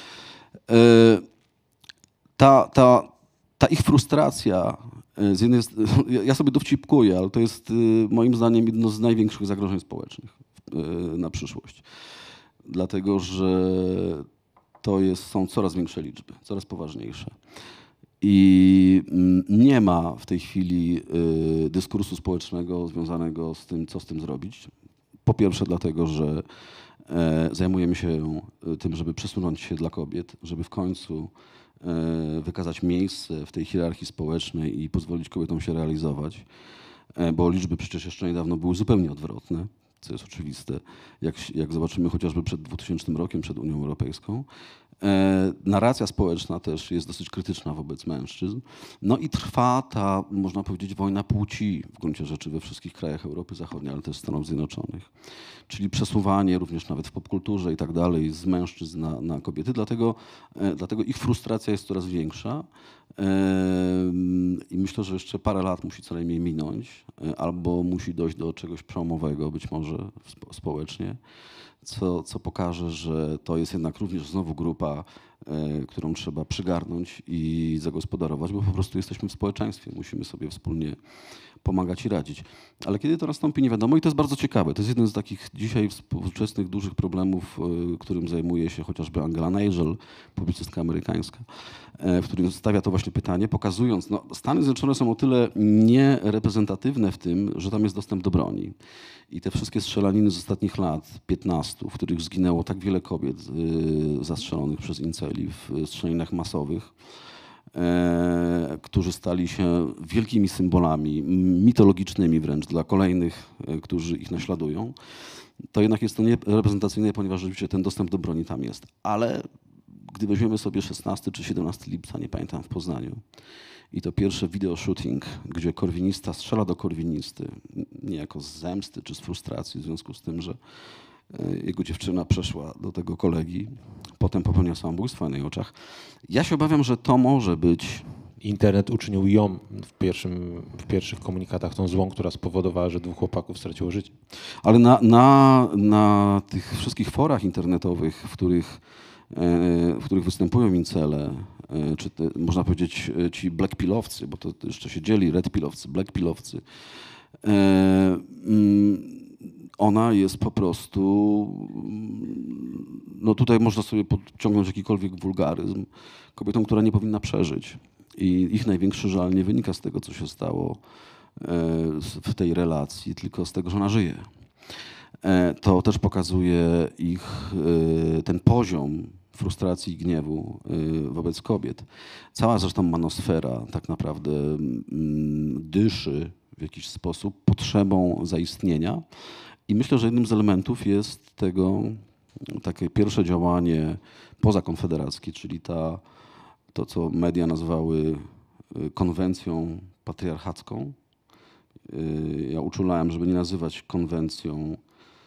Ta ich frustracja, ja sobie dowcipkuję, ale to jest moim zdaniem jedno z największych zagrożeń społecznych na przyszłość. Dlatego, że są coraz większe liczby, coraz poważniejsze. I nie ma w tej chwili dyskursu społecznego związanego z tym, co z tym zrobić. Po pierwsze dlatego, że zajmujemy się tym, żeby przesunąć się dla kobiet, żeby w końcu wykazać miejsce w tej hierarchii społecznej i pozwolić kobietom się realizować, bo liczby przecież jeszcze niedawno były zupełnie odwrotne, co jest oczywiste, jak zobaczymy chociażby przed 2000 rokiem, przed Unią Europejską. Narracja społeczna też jest dosyć krytyczna wobec mężczyzn. No i trwa ta, można powiedzieć, wojna płci w gruncie rzeczy we wszystkich krajach Europy Zachodniej, ale też Stanów Zjednoczonych. Czyli przesuwanie również nawet w popkulturze i tak dalej z mężczyzn na kobiety. Dlatego ich frustracja jest coraz większa. I myślę, że jeszcze parę lat musi co najmniej minąć, albo musi dojść do czegoś przełomowego, być może społecznie, co pokaże, że to jest jednak również znowu grupa, którą trzeba przygarnąć i zagospodarować, bo po prostu jesteśmy w społeczeństwie, musimy sobie wspólnie pomagać i radzić. Ale kiedy to nastąpi, nie wiadomo i to jest bardzo ciekawe. To jest jeden z takich dzisiaj współczesnych dużych problemów, którym zajmuje się chociażby Angela Nagel, publicystka amerykańska, w którym stawia to właśnie pytanie, pokazując, no Stany Zjednoczone są o tyle niereprezentatywne w tym, że tam jest dostęp do broni. I te wszystkie strzelaniny z ostatnich lat, 15, w których zginęło tak wiele kobiet zastrzelonych przez inceli w strzelaninach masowych, którzy stali się wielkimi symbolami, mitologicznymi wręcz dla kolejnych, którzy ich naśladują, to jednak jest to niereprezentacyjne, ponieważ rzeczywiście ten dostęp do broni tam jest. Ale gdy weźmiemy sobie 16 czy 17 lipca, nie pamiętam, w Poznaniu, i to pierwsze video shooting, gdzie korwinista strzela do korwinisty, niejako z zemsty czy z frustracji w związku z tym, że jego dziewczyna przeszła do tego kolegi, potem popełnia samobójstwo na jej oczach. Ja się obawiam, że to może być... Internet uczynił ją w pierwszych komunikatach tą złą, która spowodowała, że 2 chłopaków straciło życie. Ale na tych wszystkich forach internetowych, w których występują incele, czy można powiedzieć ci blackpillowcy, bo to jeszcze się dzieli, redpillowcy, blackpillowcy, ona jest po prostu, no tutaj można sobie podciągnąć jakikolwiek wulgaryzm, kobietą, która nie powinna przeżyć. I ich największy żal nie wynika z tego, co się stało w tej relacji, tylko z tego, że ona żyje. To też pokazuje ten poziom frustracji i gniewu wobec kobiet. Cała zresztą manosfera tak naprawdę dyszy w jakiś sposób potrzebą zaistnienia. I myślę, że jednym z elementów jest tego takie pierwsze działanie pozakonfederackie, czyli to, co media nazwały konwencją patriarchacką. Ja uczulałem, żeby nie nazywać konwencją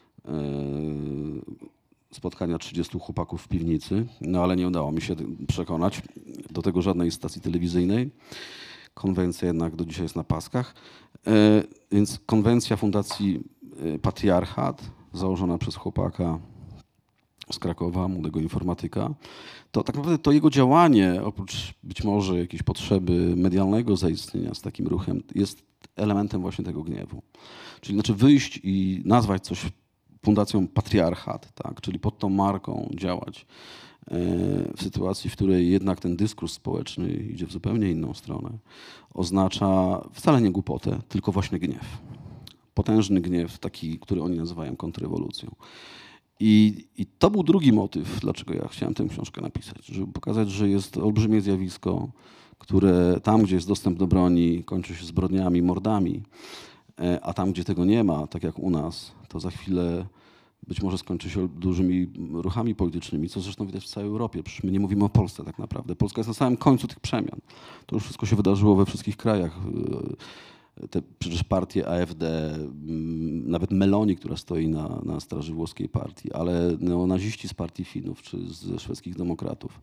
spotkania 30 chłopaków w piwnicy, no ale nie udało mi się przekonać do tego żadnej stacji telewizyjnej. Konwencja jednak do dzisiaj jest na paskach. Więc konwencja Fundacji Patriarchat, założona przez chłopaka z Krakowa, młodego informatyka, to tak naprawdę to jego działanie, oprócz być może jakiejś potrzeby medialnego zaistnienia z takim ruchem, jest elementem właśnie tego gniewu. Czyli znaczy wyjść i nazwać coś Fundacją Patriarchat, tak, czyli pod tą marką działać w sytuacji, w której jednak ten dyskurs społeczny idzie w zupełnie inną stronę, oznacza wcale nie głupotę, tylko właśnie gniew. Potężny gniew, taki, który oni nazywają kontrrewolucją. I to był drugi motyw, dlaczego ja chciałem tę książkę napisać, żeby pokazać, że jest olbrzymie zjawisko, które tam, gdzie jest dostęp do broni, kończy się zbrodniami, mordami, a tam, gdzie tego nie ma, tak jak u nas, to za chwilę być może skończy się dużymi ruchami politycznymi, co zresztą widać w całej Europie. Przecież my nie mówimy o Polsce tak naprawdę. Polska jest na samym końcu tych przemian. To już wszystko się wydarzyło we wszystkich krajach. Te przecież partie AfD, nawet Meloni, która stoi na straży włoskiej partii, ale neonaziści z partii Finów czy ze szwedzkich demokratów.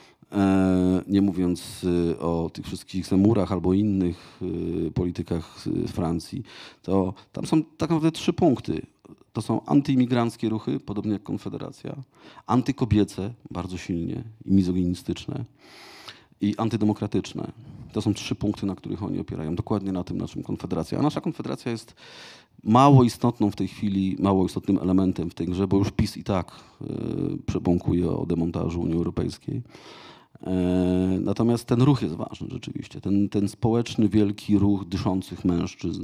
Nie mówiąc o tych wszystkich Zemurach albo innych politykach z Francji, to tam są tak naprawdę 3 punkty. To są antyimigranckie ruchy, podobnie jak Konfederacja, antykobiece, bardzo silnie i mizoginistyczne, i antydemokratyczne. To są 3 punkty, na których oni opierają. Dokładnie na tym, na czym Konfederacja. A nasza Konfederacja jest mało istotną w tej chwili, mało istotnym elementem w tej grze, bo już PiS i tak przebąkuje o demontażu Unii Europejskiej. Natomiast ten ruch jest ważny rzeczywiście. Ten społeczny, wielki ruch dyszących mężczyzn,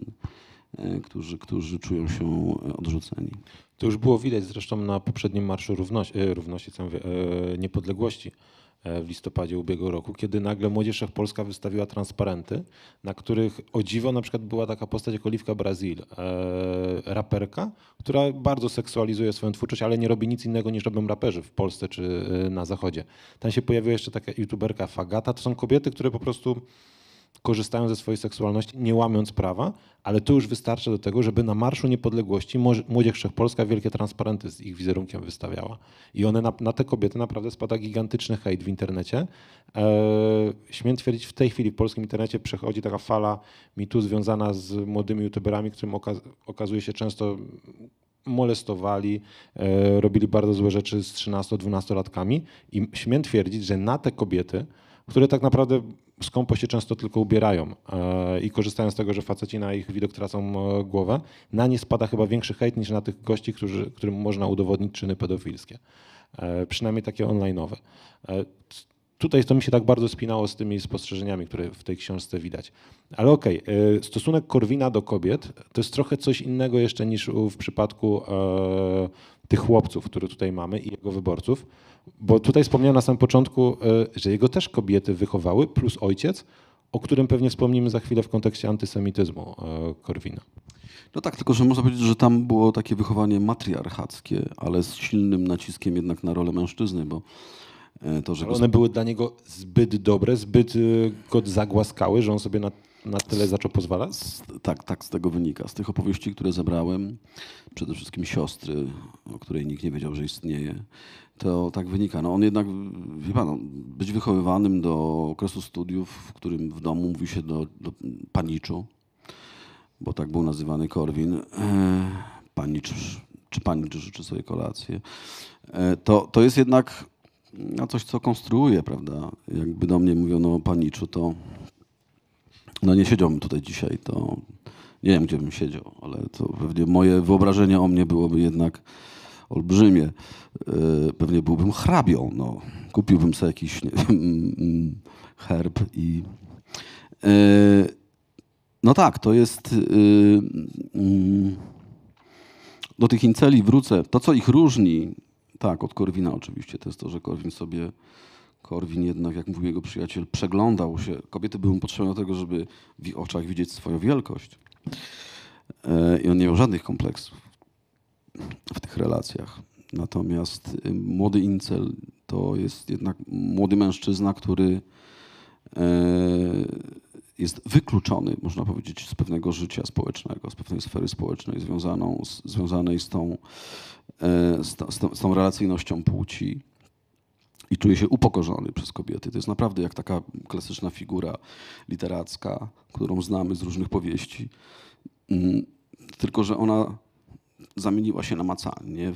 którzy czują się odrzuceni. To już było widać zresztą na poprzednim Marszu Niepodległości w listopadzie ubiegłego roku, kiedy nagle Młodzież Wszechpolska wystawiła transparenty, na których o dziwo na przykład była taka postać jak Oliwka Brazil, raperka, która bardzo seksualizuje swoją twórczość, ale nie robi nic innego niż robią raperzy w Polsce czy na Zachodzie. Tam się pojawiła jeszcze taka youtuberka Fagata. To są kobiety, które po prostu korzystają ze swojej seksualności, nie łamiąc prawa, ale to już wystarcza do tego, żeby na Marszu Niepodległości Młodzież Wszechpolska wielkie transparenty z ich wizerunkiem wystawiała. I one na te kobiety naprawdę spada gigantyczny hejt w internecie. Śmiem twierdzić, w tej chwili w polskim internecie przechodzi taka fala mitu związana z młodymi youtuberami, którym okazuje się często molestowali, robili bardzo złe rzeczy z 13-12-latkami i śmiem twierdzić, że na te kobiety, które tak naprawdę skąpo się często tylko ubierają i korzystają z tego, że faceci na ich widok tracą głowę, na nie spada chyba większy hejt niż na tych gości, którym można udowodnić czyny pedofilskie. Przynajmniej takie online'owe. Tutaj to mi się tak bardzo spinało z tymi spostrzeżeniami, które w tej książce widać. Ale okej, stosunek Korwina do kobiet to jest trochę coś innego jeszcze niż w przypadku tych chłopców, które tutaj mamy i jego wyborców. Bo tutaj wspomniałem na samym początku, że jego też kobiety wychowały, plus ojciec, o którym pewnie wspomnimy za chwilę w kontekście antysemityzmu Korwina. No tak, tylko że można powiedzieć, że tam było takie wychowanie matriarchackie, ale z silnym naciskiem jednak na rolę mężczyzny, bo to, że... Ale one były dla niego zbyt dobre, zbyt go zagłaskały, że on sobie na tyle zaczął pozwalać? Tak z tego wynika. Z tych opowieści, które zebrałem, przede wszystkim Siostry, o której nikt nie wiedział, że istnieje, to tak wynika. No on jednak, wie pan, być wychowywanym do okresu studiów, w którym w domu mówi się do paniczu, bo tak był nazywany Korwin, panicz, czy panicz życzy sobie kolację, to jest jednak coś, co konstruuje, prawda? Jakby do mnie mówiono o paniczu, to no nie siedziałbym tutaj dzisiaj, to nie wiem, gdzie bym siedział, ale to pewnie moje wyobrażenie o mnie byłoby jednak olbrzymie. Pewnie byłbym hrabią, no. Kupiłbym sobie jakiś, nie wiem, herb i... No tak, to jest... Do tych inceli wrócę. To, co ich różni, tak, od Korwina oczywiście, to jest to, że Korwin jednak, jak mówił jego przyjaciel, przeglądał się. Kobiety były mu potrzebne do tego, żeby w ich oczach widzieć swoją wielkość. I on nie miał żadnych kompleksów w tych relacjach. Natomiast młody incel to jest jednak młody mężczyzna, który jest wykluczony, można powiedzieć, z pewnego życia społecznego, z pewnej sfery społecznej związanej z tą relacyjnością płci i czuje się upokorzony przez kobiety. To jest naprawdę jak taka klasyczna figura literacka, którą znamy z różnych powieści, tylko że ona zamieniła się namacalnie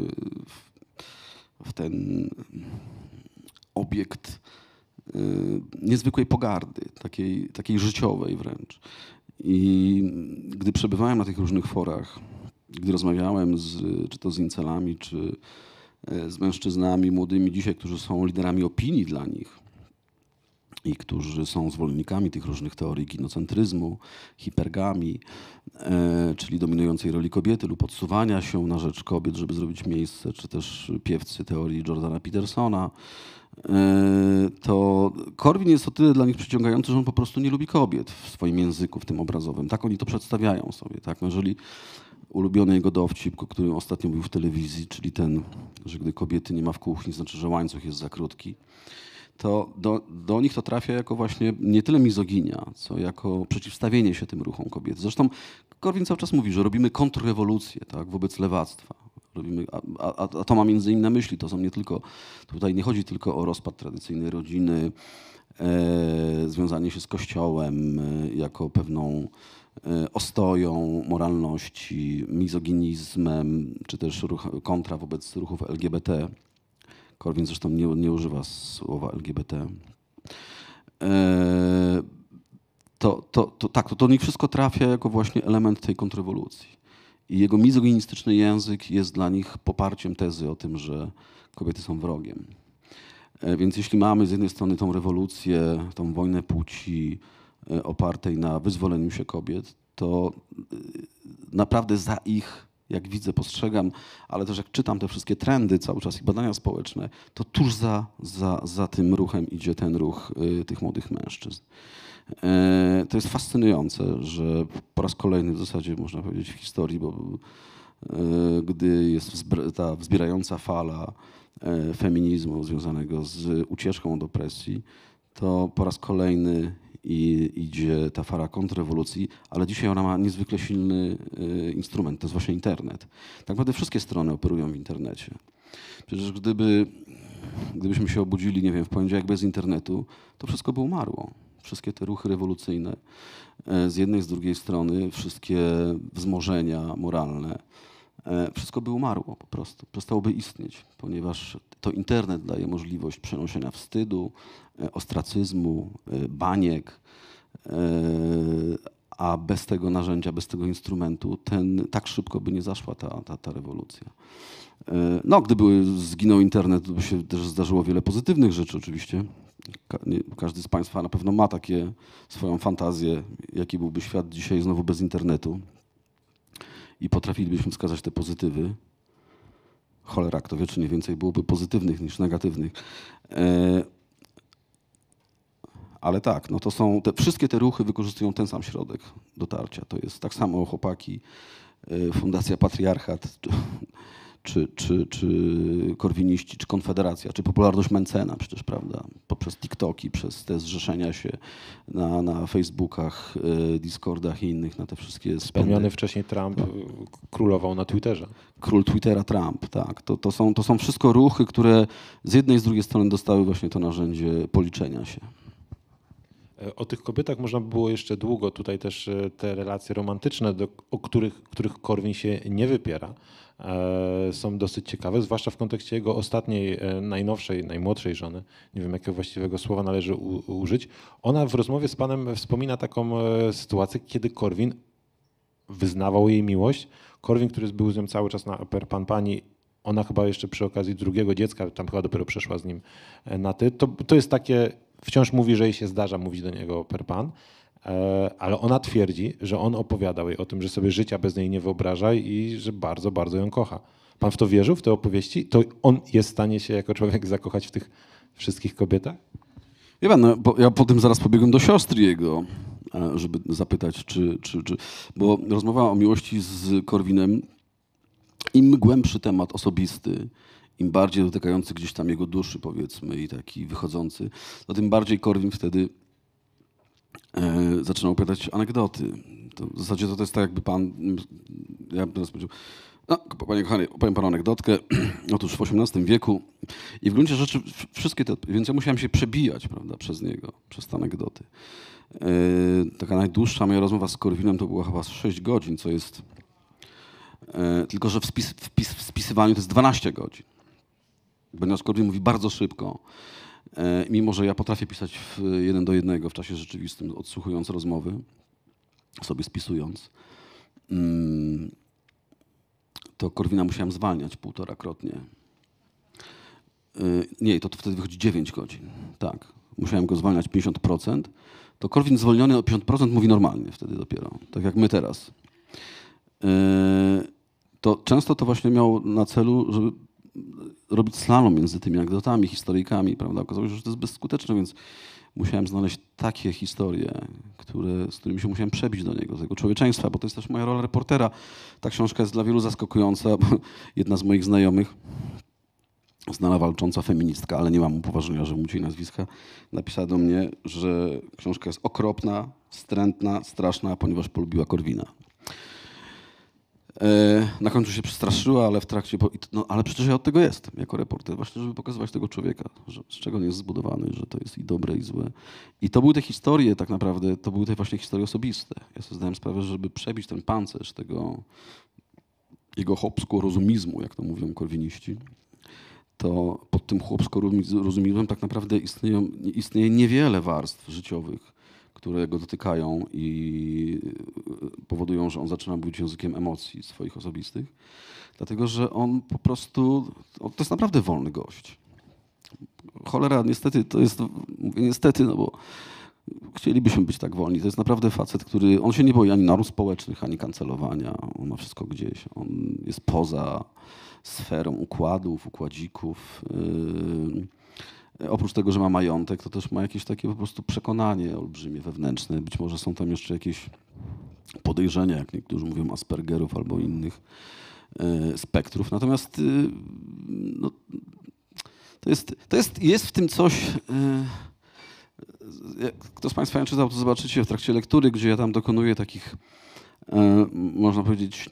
w ten obiekt niezwykłej pogardy, takiej życiowej wręcz. I gdy przebywałem na tych różnych forach, gdy rozmawiałem czy to z incelami, czy z mężczyznami młodymi dzisiaj, którzy są liderami opinii dla nich i którzy są zwolennikami tych różnych teorii ginocentryzmu, hipergamii, czyli dominującej roli kobiety lub odsuwania się na rzecz kobiet, żeby zrobić miejsce, czy też piewcy teorii Jordana Petersona, to Korwin jest o tyle dla nich przyciągający, że on po prostu nie lubi kobiet w swoim języku, w tym obrazowym. Tak oni to przedstawiają sobie. Tak? No jeżeli ulubiony jego dowcip, który ostatnio był w telewizji, czyli ten, że gdy kobiety nie ma w kuchni, znaczy, że łańcuch jest za krótki, to do nich to trafia jako właśnie nie tyle mizoginia, co jako przeciwstawienie się tym ruchom kobiet. Zresztą Korwin cały czas mówi, że robimy kontrrewolucję, tak, wobec lewactwa. A to ma między innymi na myśli, to są nie tylko, tutaj nie chodzi tylko o rozpad tradycyjnej rodziny, związanie się z Kościołem jako pewną ostoją moralności, mizoginizmem, czy też kontra wobec ruchów LGBT. Korwin zresztą nie używa słowa LGBT. To do nich wszystko trafia jako właśnie element tej kontrrewolucji. I jego mizoginistyczny język jest dla nich poparciem tezy o tym, że kobiety są wrogiem. Więc jeśli mamy z jednej strony tą rewolucję, tą wojnę płci opartej na wyzwoleniu się kobiet, to naprawdę za ich, jak widzę, postrzegam, ale też jak czytam te wszystkie trendy cały czas i badania społeczne, to tuż za tym ruchem idzie ten ruch tych młodych mężczyzn. To jest fascynujące, że po raz kolejny w zasadzie można powiedzieć w historii, bo gdy jest ta wzbierająca fala feminizmu związanego z ucieczką od opresji, to po raz kolejny idzie ta fala kontrrewolucji, ale dzisiaj ona ma niezwykle silny instrument, to jest właśnie internet. Tak naprawdę wszystkie strony operują w internecie. Przecież gdybyśmy się obudzili, nie wiem, w poniedziałek bez internetu, to wszystko by umarło. Wszystkie te ruchy rewolucyjne z jednej, z drugiej strony, wszystkie wzmożenia moralne, wszystko by umarło po prostu, przestałoby istnieć, ponieważ to internet daje możliwość przenoszenia wstydu, ostracyzmu, baniek, a bez tego narzędzia, bez tego instrumentu tak szybko by nie zaszła ta rewolucja. No, gdyby zginął internet, to by się też zdarzyło wiele pozytywnych rzeczy oczywiście. Każdy z Państwa na pewno ma takie swoją fantazję, jaki byłby świat dzisiaj znowu bez internetu. I potrafilibyśmy wskazać te pozytywy. Cholera, kto wie, czy nie więcej byłoby pozytywnych niż negatywnych. Ale tak, no to są wszystkie te ruchy wykorzystują ten sam środek dotarcia. To jest tak samo chłopaki, Fundacja Patriarchat, czy korwiniści, czy Konfederacja, czy popularność Mencena przecież, prawda, poprzez TikToki, przez te zrzeszenia się na Facebookach, Discordach i innych, na te wszystkie spędy. Wspomniany wcześniej Trump królował na Twitterze. Król Twittera Trump, tak. To są wszystko ruchy, które z jednej i z drugiej strony dostały właśnie to narzędzie policzenia się. O tych kobietach można by było jeszcze długo. Tutaj też te relacje romantyczne, o których Korwin się nie wypiera, są dosyć ciekawe, zwłaszcza w kontekście jego ostatniej, najnowszej, najmłodszej żony. Nie wiem, jakiego właściwego słowa należy użyć. Ona w rozmowie z panem wspomina taką sytuację, kiedy Korwin wyznawał jej miłość. Korwin, który był z nią cały czas na pani, ona chyba jeszcze przy okazji drugiego dziecka, tam chyba dopiero przeszła z nim na ty. To jest takie, wciąż mówi, że jej się zdarza mówić do niego pan, ale ona twierdzi, że on opowiadał jej o tym, że sobie życia bez niej nie wyobraża i że bardzo, bardzo ją kocha. Pan w to wierzył, w te opowieści? To on jest w stanie się jako człowiek zakochać w tych wszystkich kobietach? Wie pan, no, ja potem zaraz pobiegłem do siostry jego, żeby zapytać, czy bo rozmowa o miłości z Korwinem, im głębszy temat osobisty, im bardziej dotykający gdzieś tam jego duszy, powiedzmy, i taki wychodzący, to tym bardziej Korwin wtedy zaczynał opowiadać anegdoty. To w zasadzie to jest tak, jakby pan, ja teraz powiedział, no, panie kochany, opowiem panu anegdotkę. Otóż w XVIII wieku i w gruncie rzeczy wszystkie te, więc ja musiałem się przebijać, prawda, przez niego, przez te anegdoty. Taka najdłuższa moja rozmowa z Korwinem to była chyba 6 godzin, co jest, tylko że w spisywaniu to jest 12 godzin. Ponieważ Korwin mówi bardzo szybko, mimo że ja potrafię pisać 1 do 1 w czasie rzeczywistym, odsłuchując rozmowy, sobie spisując, to Korwina musiałem zwalniać 1,5-krotnie. Nie, to wtedy wychodzi 9 godzin. Tak, musiałem go zwalniać 50%. To Korwin zwolniony o 50% mówi normalnie wtedy dopiero, tak jak my teraz. To często to właśnie miało na celu, żeby robić slalom między tymi anegdotami, historyjkami, prawda? Okazało się, że to jest bezskuteczne, więc musiałem znaleźć takie historie, z którymi się musiałem przebić do niego, do tego człowieczeństwa, bo to jest też moja rola reportera. Ta książka jest dla wielu zaskakująca, bo jedna z moich znajomych, znana walcząca feministka, ale nie mam upoważnienia, żeby mówić jej nazwiska, napisała do mnie, że książka jest okropna, wstrętna, straszna, ponieważ polubiła Korwina. Na końcu się przestraszyła, ale w trakcie... ale przecież ja od tego jestem, jako reporter, właśnie, żeby pokazywać tego człowieka, z czego on jest zbudowany, że to jest i dobre, i złe. I to były te historie tak naprawdę, to były te właśnie historie osobiste. Ja sobie zdałem sprawę, że żeby przebić ten pancerz tego jego chłopsko-rozumizmu, jak to mówią korwiniści, to pod tym chłopsko-rozumizmem tak naprawdę istnieje niewiele warstw życiowych, które go dotykają i powodują, że on zaczyna mówić językiem emocji swoich osobistych. Dlatego, że on po prostu, to jest naprawdę wolny gość. Cholera, niestety, to jest, mówię niestety, no bo chcielibyśmy być tak wolni. To jest naprawdę facet, on się nie boi ani norm społecznych, ani kancelowania. On ma wszystko gdzieś. On jest poza sferą układów, układzików. Oprócz tego, że ma majątek, to też ma jakieś takie po prostu przekonanie olbrzymie, wewnętrzne. Być może są tam jeszcze jakieś podejrzenia, jak niektórzy mówią, Aspergerów albo innych spektrów. Natomiast no, jest w tym coś... Jak kto z Państwa nie czytał, to zobaczycie w trakcie lektury, gdzie ja tam dokonuję takich, można powiedzieć,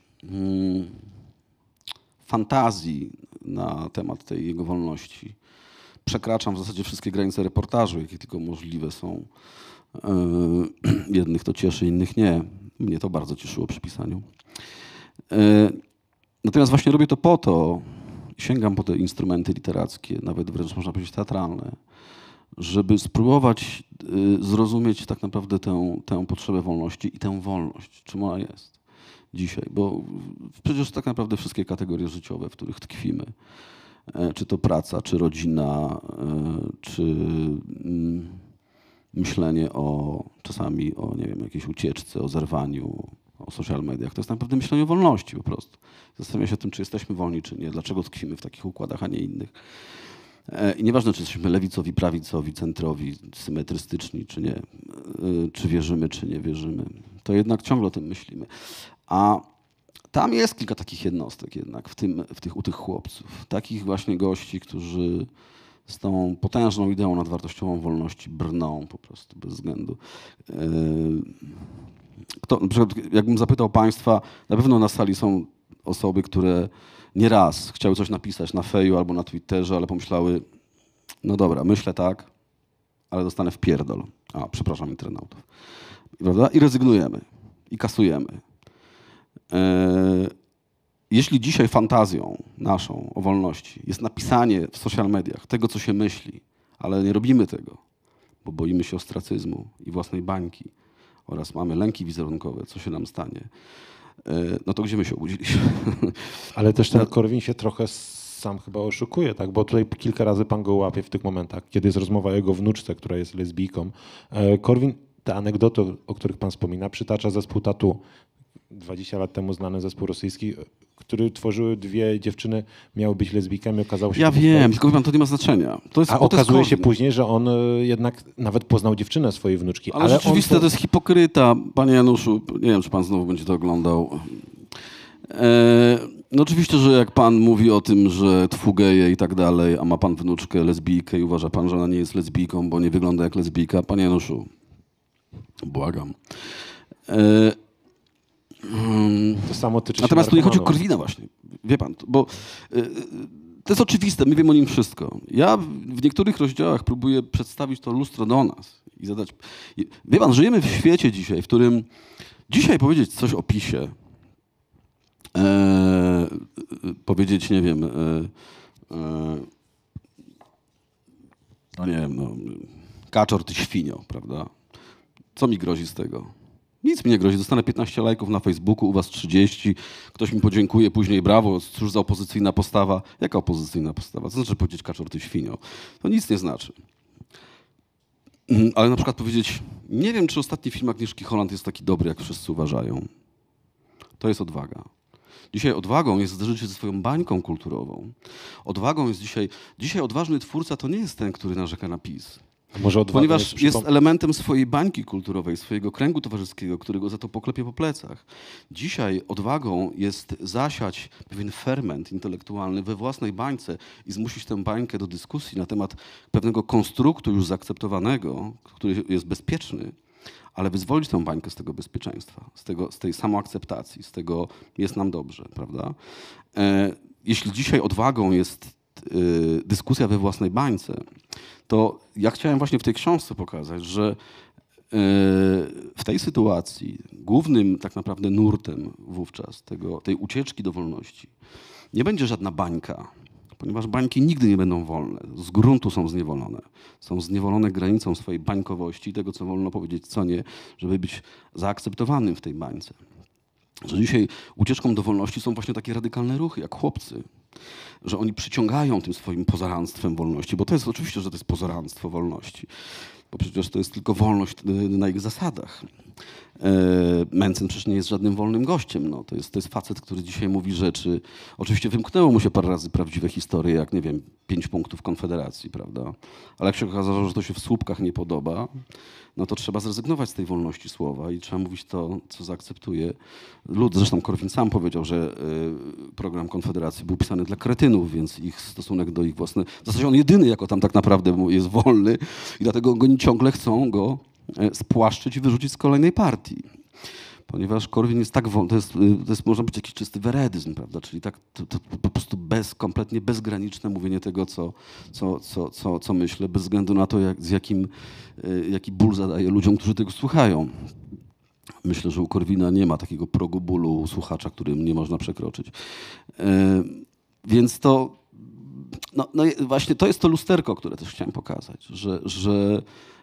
fantazji na temat tej jego wolności. Przekraczam w zasadzie wszystkie granice reportażu, jakie tylko możliwe są. Jednych to cieszy, innych nie. Mnie to bardzo cieszyło przy pisaniu. Natomiast właśnie robię to po to, sięgam po te instrumenty literackie, nawet wręcz można powiedzieć teatralne, żeby spróbować zrozumieć tak naprawdę tę potrzebę wolności i tę wolność, czym ona jest dzisiaj. Bo przecież tak naprawdę wszystkie kategorie życiowe, w których tkwimy, czy to praca, czy rodzina, czy myślenie czasami o, nie wiem, jakiejś ucieczce, o zerwaniu, o social mediach, to jest naprawdę myślenie o wolności po prostu. Zastanawiam się tym, czy jesteśmy wolni, czy nie, dlaczego tkwimy w takich układach, a nie innych. I nieważne, czy jesteśmy lewicowi, prawicowi, centrowi, symetrystyczni, czy nie, czy wierzymy, czy nie wierzymy, to jednak ciągle o tym myślimy. A tam jest kilka takich jednostek jednak u tych chłopców. Takich właśnie gości, którzy z tą potężną ideą nadwartościową wolności brną po prostu bez względu. Na przykład, jakbym zapytał Państwa, na pewno na sali są osoby, które nieraz chciały coś napisać na Feju albo na Twitterze, ale pomyślały, no dobra, myślę tak, ale dostanę w pierdol. Przepraszam internautów. Prawda? I rezygnujemy. I kasujemy. Jeśli dzisiaj fantazją naszą o wolności jest napisanie w social mediach tego, co się myśli, ale nie robimy tego, bo boimy się ostracyzmu i własnej bańki oraz mamy lęki wizerunkowe, co się nam stanie, no to gdzie my się obudziliśmy? Ale też ten Korwin się trochę sam chyba oszukuje, tak? Bo tutaj kilka razy pan go łapie w tych momentach, kiedy jest rozmowa o jego wnuczce, która jest lesbijką. Korwin te anegdoty, o których pan wspomina, przytacza zespół Tatu, 20 lat temu znany zespół rosyjski, który tworzyły dwie dziewczyny, miały być lesbijkami, okazało się... Ja wiem, tylko to nie ma znaczenia. Okazuje się później, że on jednak nawet poznał dziewczynę swojej wnuczki. Ale rzeczywiście to jest hipokryta, panie Januszu. Nie wiem, czy pan znowu będzie to oglądał. No oczywiście, że jak pan mówi o tym, że tfu geje i tak dalej, a ma pan wnuczkę lesbijkę i uważa pan, że ona nie jest lesbijką, bo nie wygląda jak lesbijka, panie Januszu, błagam. To samo tyczy się Natomiast tu nie chodzi o narkomanów. Korwina właśnie, wie pan, bo to jest oczywiste, my wiemy o nim wszystko. Ja w niektórych rozdziałach próbuję przedstawić to lustro do nas i zadać... Wie pan, żyjemy w świecie dzisiaj, w którym dzisiaj powiedzieć coś o PiS-ie, powiedzieć, nie wiem, no nie wiem, no, Kaczor, ty świnio, prawda? Co mi grozi z tego? Nic mi nie grozi. Dostanę 15 lajków na Facebooku, u was 30. Ktoś mi podziękuje, później brawo, cóż za opozycyjna postawa. Jaka opozycyjna postawa? Co znaczy powiedzieć Kaczor, ty świnio? To nic nie znaczy. Ale na przykład powiedzieć, nie wiem, czy ostatni film Agnieszki Holland jest taki dobry, jak wszyscy uważają. To jest odwaga. Dzisiaj odwagą jest zderzyć się ze swoją bańką kulturową. Odwagą jest dzisiaj odważny twórca to nie jest ten, który narzeka na PiS. Może odwaga Ponieważ jest elementem swojej bańki kulturowej, swojego kręgu towarzyskiego, który go za to poklepie po plecach. Dzisiaj odwagą jest zasiać pewien ferment intelektualny we własnej bańce i zmusić tę bańkę do dyskusji na temat pewnego konstruktu już zaakceptowanego, który jest bezpieczny, ale wyzwolić tę bańkę z tego bezpieczeństwa, z tej samoakceptacji, z tego jest nam dobrze, prawda? Jeśli dzisiaj odwagą jest dyskusja we własnej bańce, to ja chciałem właśnie w tej książce pokazać, że w tej sytuacji głównym tak naprawdę nurtem wówczas tej ucieczki do wolności nie będzie żadna bańka, ponieważ bańki nigdy nie będą wolne. Z gruntu są zniewolone. Są zniewolone granicą swojej bańkowości, tego co wolno powiedzieć, co nie, żeby być zaakceptowanym w tej bańce. Że dzisiaj ucieczką do wolności są właśnie takie radykalne ruchy, jak chłopcy. Że oni przyciągają tym swoim pozoranstwem wolności, bo to jest oczywiście, że to jest pozoranstwo wolności, bo przecież to jest tylko wolność na ich zasadach. Mencen przecież nie jest żadnym wolnym gościem. No, to jest facet, który dzisiaj mówi rzeczy. Oczywiście wymknęło mu się parę razy prawdziwe historie, jak nie wiem, 5 punktów Konfederacji, prawda? Ale jak się okazało, że to się w słupkach nie podoba, no to trzeba zrezygnować z tej wolności słowa i trzeba mówić to, co zaakceptuje lud. Zresztą Korwin sam powiedział, że program Konfederacji był pisany dla kretynów, więc ich stosunek do ich własnych... W zasadzie on jedyny jako tam tak naprawdę jest wolny i dlatego oni ciągle chcą go spłaszczyć i wyrzucić z kolejnej partii. Ponieważ Korwin jest tak wolny, to jest można być jakiś czysty weredyzm, prawda? Czyli tak to po prostu kompletnie bezgraniczne mówienie tego, co myślę, bez względu na to, jaki ból zadaje ludziom, którzy tego słuchają. Myślę, że u Korwina nie ma takiego progu bólu słuchacza, którym nie można przekroczyć. Więc to, no właśnie to jest to lusterko, które też chciałem pokazać, że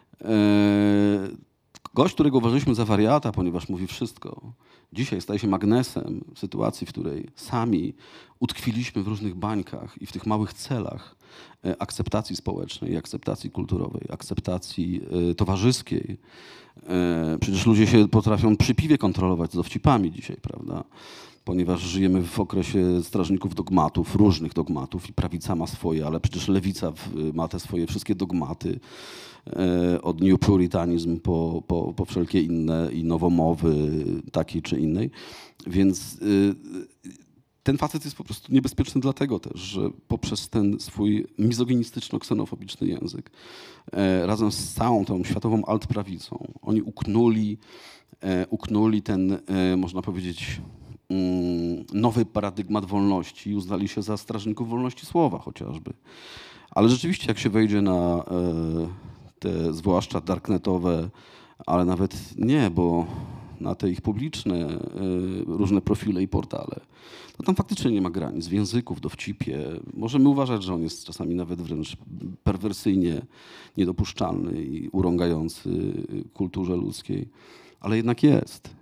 gość, którego uważaliśmy za wariata, ponieważ mówi wszystko, dzisiaj staje się magnesem w sytuacji, w której sami utkwiliśmy w różnych bańkach i w tych małych celach akceptacji społecznej, akceptacji kulturowej, akceptacji towarzyskiej. Przecież ludzie się potrafią przy piwie kontrolować z dowcipami dzisiaj, prawda? Ponieważ żyjemy w okresie strażników dogmatów, różnych dogmatów i prawica ma swoje, ale przecież lewica ma te swoje wszystkie dogmaty, od New Puritanism po wszelkie inne i nowomowy takiej czy innej. Więc ten facet jest po prostu niebezpieczny dlatego też, że poprzez ten swój mizoginistyczno-ksenofobiczny język razem z całą tą światową altprawicą oni uknuli ten, można powiedzieć, nowy paradygmat wolności i uznali się za strażników wolności słowa chociażby. Ale rzeczywiście jak się wejdzie na te zwłaszcza darknetowe, ale nawet nie, bo na te ich publiczne różne profile i portale, to tam faktycznie nie ma granic. W języku, w dowcipie możemy uważać, że on jest czasami nawet wręcz perwersyjnie niedopuszczalny i urągający kulturze ludzkiej, ale jednak jest.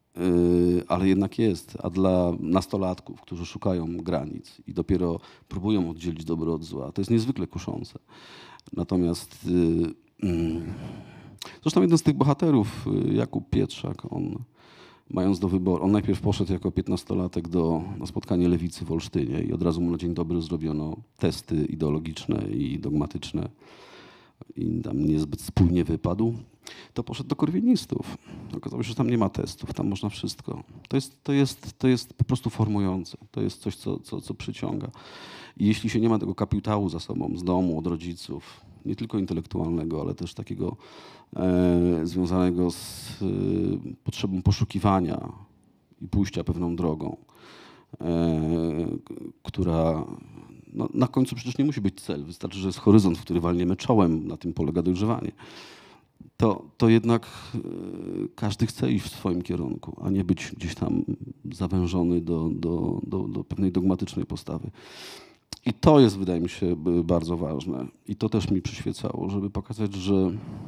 A dla nastolatków, którzy szukają granic i dopiero próbują oddzielić dobro od zła, to jest niezwykle kuszące. Natomiast zresztą jeden z tych bohaterów, Jakub Pietrzak, on mając do wyboru, on najpierw poszedł jako 15-latek na spotkanie lewicy w Olsztynie i od razu mu na dzień dobry zrobiono testy ideologiczne i dogmatyczne i tam niezbyt spójnie wypadł. To poszedł do korwinistów. Okazało się, że tam nie ma testów, tam można wszystko. To jest po prostu formujące. To jest coś, co przyciąga. I jeśli się nie ma tego kapitału za sobą, z domu, od rodziców, nie tylko intelektualnego, ale też takiego związanego z potrzebą poszukiwania i pójścia pewną drogą, która na końcu przecież nie musi być cel. Wystarczy, że jest horyzont, w który walniemy czołem. Na tym polega dojrzewanie. To jednak każdy chce iść w swoim kierunku, a nie być gdzieś tam zawężony do pewnej dogmatycznej postawy. I to jest, wydaje mi się, bardzo ważne. I to też mi przyświecało, żeby pokazać, że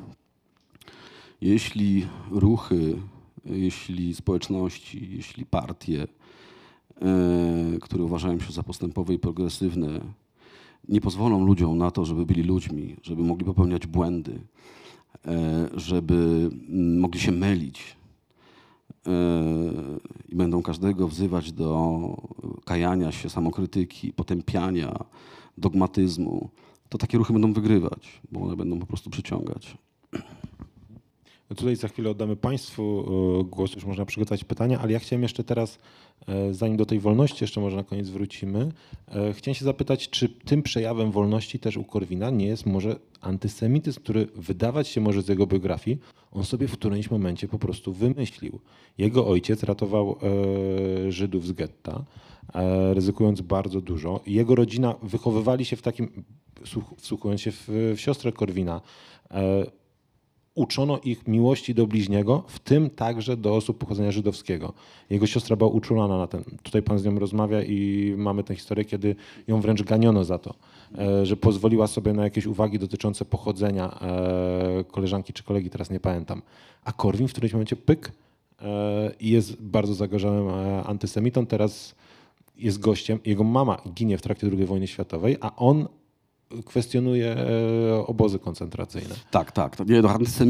jeśli ruchy, jeśli społeczności, jeśli partie, które uważają się za postępowe i progresywne, nie pozwolą ludziom na to, żeby byli ludźmi, żeby mogli popełniać błędy, żeby mogli się mylić, i będą każdego wzywać do kajania się, samokrytyki, potępiania, dogmatyzmu, to takie ruchy będą wygrywać, bo one będą po prostu przyciągać. Tutaj za chwilę oddamy Państwu głos, już można przygotować pytania, ale ja chciałem jeszcze teraz, zanim do tej wolności jeszcze może na koniec wrócimy, chciałem się zapytać, czy tym przejawem wolności też u Korwina nie jest może antysemityzm, który wydawać się może z jego biografii, on sobie w którymś momencie po prostu wymyślił. Jego ojciec ratował Żydów z getta, ryzykując bardzo dużo. Jego rodzina wychowywali się w takim, wsłuchując się w siostrę Korwina, uczono ich miłości do bliźniego, w tym także do osób pochodzenia żydowskiego. Jego siostra była uczulona na ten. Tutaj pan z nią rozmawia i mamy tę historię, kiedy ją wręcz ganiono za to, że pozwoliła sobie na jakieś uwagi dotyczące pochodzenia koleżanki czy kolegi, teraz nie pamiętam. A Korwin w którymś momencie pyk i jest bardzo zagorzałym antysemitą, teraz jest gościem. Jego mama ginie w trakcie II wojny światowej, a on kwestionuje obozy koncentracyjne. Tak. Nie, no,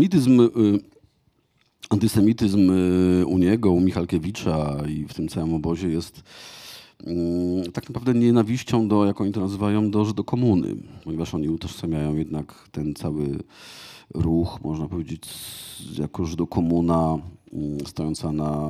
antysemityzm u niego, u Michalkiewicza i w tym całym obozie jest tak naprawdę nienawiścią do, jak oni to nazywają, do komuny, ponieważ oni utożsamiają jednak ten cały ruch, można powiedzieć, jako Żydokomuna stojąca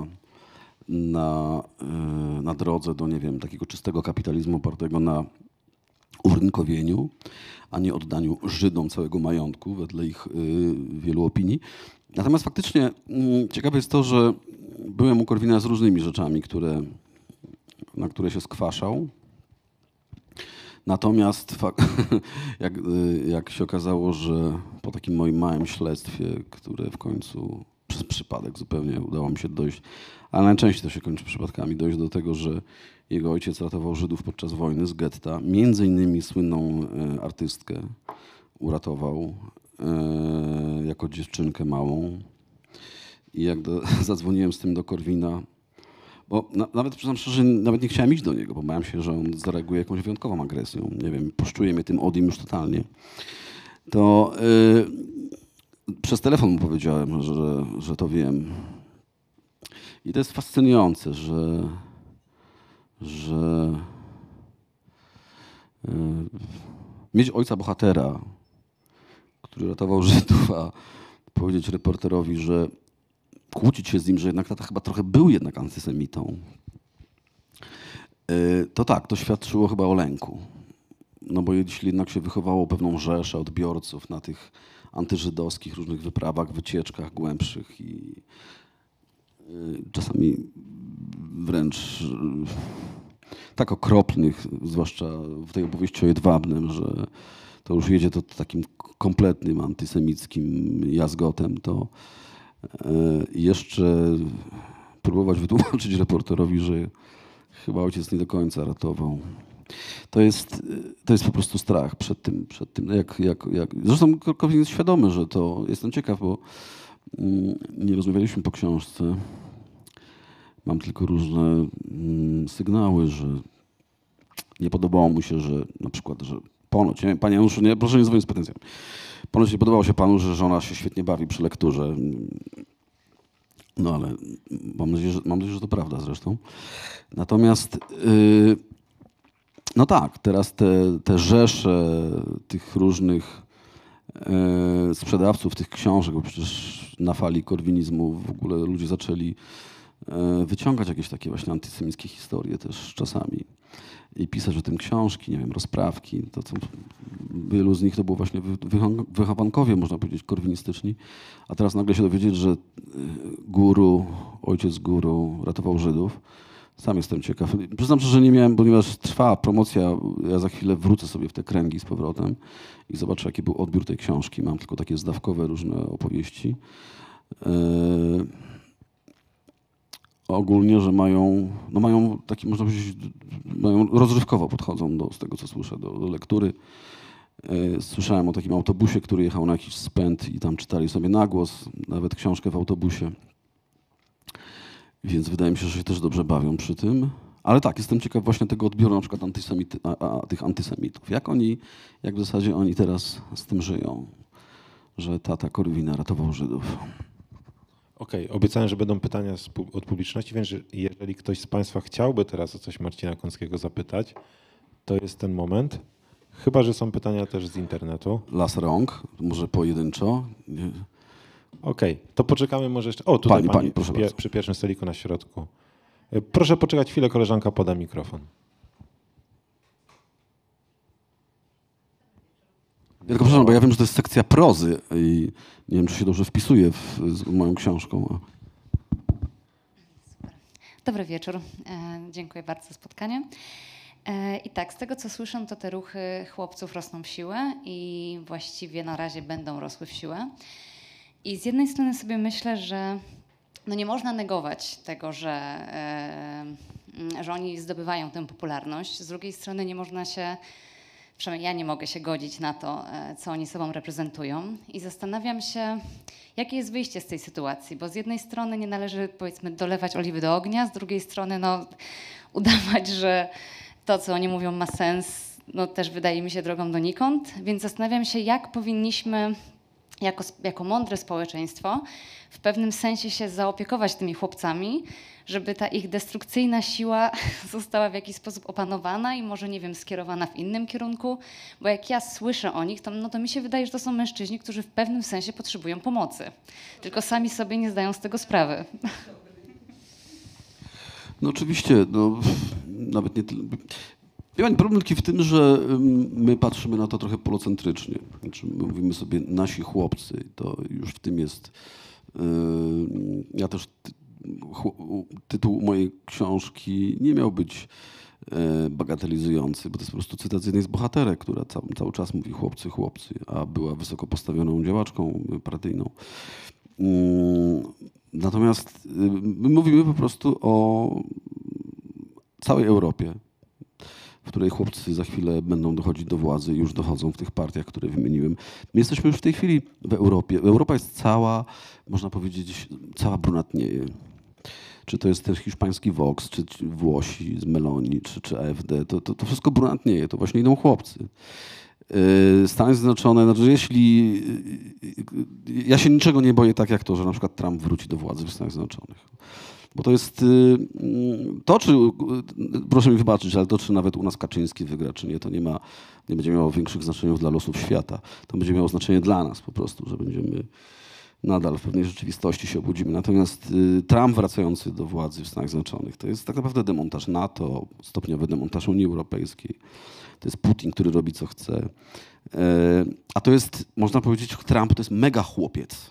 na drodze do, nie wiem, takiego czystego kapitalizmu opartego na urynkowieniu, a nie oddaniu Żydom całego majątku, wedle ich wielu opinii. Natomiast faktycznie ciekawe jest to, że byłem u Korwina z różnymi rzeczami, na które się skwaszał. Natomiast jak się okazało, że po takim moim małym śledztwie, które w końcu przez przypadek zupełnie udało mi się dojść, ale najczęściej to się kończy przypadkami, dojść do tego, że jego ojciec ratował Żydów podczas wojny z getta. Między innymi słynną artystkę uratował jako dziewczynkę małą. I jak zadzwoniłem z tym do Korwina, bo nawet przyznam szczerze, nawet nie chciałem iść do niego, bo bałem się, że on zareaguje jakąś wyjątkową agresją. Nie wiem, poszczuje mnie tym odim już totalnie. To przez telefon mu powiedziałem, że to wiem. I to jest fascynujące, że mieć ojca bohatera, który ratował Żydów, a powiedzieć reporterowi, że kłócić się z nim, że jednak tata chyba trochę był jednak antysemitą, to tak, to świadczyło chyba o lęku. No bo jeśli jednak się wychowało pewną rzeszę odbiorców na tych antyżydowskich różnych wyprawach, wycieczkach głębszych i czasami wręcz tak okropnych, zwłaszcza w tej opowieści o Jedwabnym, że to już jedzie to takim kompletnym antysemickim jazgotem, to jeszcze próbować wytłumaczyć reporterowi, że chyba ojciec nie do końca ratował. To jest po prostu strach przed tym. Zresztą Korwin jest świadomy, że to... Jestem ciekaw, bo nie rozmawialiśmy po książce. Mam tylko różne sygnały, że nie podobało mu się, że na przykład, że ponoć, nie, panie Januszu, nie, proszę nie dzwonić z pretensjami. Ponoć nie podobało się panu, że żona się świetnie bawi przy lekturze. No ale mam nadzieję, że to prawda zresztą. Natomiast no tak, teraz te rzesze tych różnych sprzedawców tych książek, bo przecież na fali korwinizmu w ogóle ludzie zaczęli wyciągać jakieś takie właśnie antysemickie historie też czasami i pisać o tym książki, nie wiem, rozprawki. To co, wielu z nich to było właśnie wychowankowie, można powiedzieć, korwinistyczni. A teraz nagle się dowiedzieć, że ojciec guru ratował Żydów. Sam jestem ciekaw. Przyznam szczerze, że nie miałem, ponieważ trwa promocja, ja za chwilę wrócę sobie w te kręgi z powrotem i zobaczę, jaki był odbiór tej książki. Mam tylko takie zdawkowe różne opowieści. Ogólnie, że mają taki, można powiedzieć, rozrywkowo podchodzą z tego, co słyszę, do lektury. Słyszałem o takim autobusie, który jechał na jakiś spęd i tam czytali sobie na głos, nawet książkę w autobusie. Więc wydaje mi się, że się też dobrze bawią przy tym. Ale tak, jestem ciekaw właśnie tego odbioru na przykład tych antysemitów. Jak w zasadzie oni teraz z tym żyją, że tata Korwina ratował Żydów. Okej, obiecałem, że będą pytania od publiczności, więc jeżeli ktoś z Państwa chciałby teraz o coś Marcina Kąckiego zapytać, to jest ten moment. Chyba że są pytania też z internetu. Las rąk, może pojedynczo. Nie. Okej, to poczekamy może jeszcze. O, tutaj pani proszę bardzo. przy pierwszym stoliku na środku. Proszę poczekać chwilę, koleżanka poda mikrofon. Ja tylko przepraszam, bo ja wiem, że to jest sekcja prozy i nie wiem, czy się dobrze wpisuje z moją książką. Dobry wieczór. Dziękuję bardzo za spotkanie. I tak, z tego co słyszę, to te ruchy chłopców rosną w siłę i właściwie na razie będą rosły w siłę. I z jednej strony sobie myślę, że no nie można negować tego, że oni zdobywają tę popularność. Z drugiej strony nie można się, przynajmniej ja nie mogę się godzić na to, co oni sobą reprezentują. I zastanawiam się, jakie jest wyjście z tej sytuacji, bo z jednej strony nie należy, powiedzmy, dolewać oliwy do ognia, z drugiej strony no, udawać, że to, co oni mówią, ma sens, no też wydaje mi się drogą donikąd. Więc zastanawiam się, jak powinniśmy jako mądre społeczeństwo w pewnym sensie się zaopiekować tymi chłopcami, żeby ta ich destrukcyjna siła została w jakiś sposób opanowana i może, nie wiem, skierowana w innym kierunku, bo jak ja słyszę o nich, to mi się wydaje, że to są mężczyźni, którzy w pewnym sensie potrzebują pomocy, tylko sami sobie nie zdają z tego sprawy. No oczywiście, no, nawet nie tyle. Wie pani, problem tkwi w tym, że my patrzymy na to trochę polocentrycznie. Znaczy, my mówimy sobie nasi chłopcy, to już w tym jest. Ja też tytuł mojej książki nie miał być bagatelizujący, bo to jest po prostu cytat z jednej z bohaterek, która cały czas mówi chłopcy, chłopcy, a była wysoko postawioną działaczką partyjną. Natomiast my mówimy po prostu o całej Europie, w której chłopcy za chwilę będą dochodzić do władzy i już dochodzą w tych partiach, które wymieniłem. My jesteśmy już w tej chwili w Europie. Europa jest cała, można powiedzieć, cała brunatnieje. Czy to jest też hiszpański Vox, czy Włosi z Meloni, czy AfD, to wszystko brunatnieje, to właśnie idą chłopcy. Stany Zjednoczone, znaczy jeśli... Ja się niczego nie boję tak jak to, że na przykład Trump wróci do władzy w Stanach Zjednoczonych. Bo to jest to, czy, proszę mi wybaczyć, ale to, czy nawet u nas Kaczyński wygra, czy nie, to nie będzie miało większych znaczenia dla losów świata. To będzie miało znaczenie dla nas po prostu, że będziemy nadal w pewnej rzeczywistości się obudzimy. Natomiast Trump wracający do władzy w Stanach Zjednoczonych to jest tak naprawdę demontaż NATO, stopniowy demontaż Unii Europejskiej. To jest Putin, który robi co chce. A to jest, można powiedzieć, Trump to jest mega chłopiec.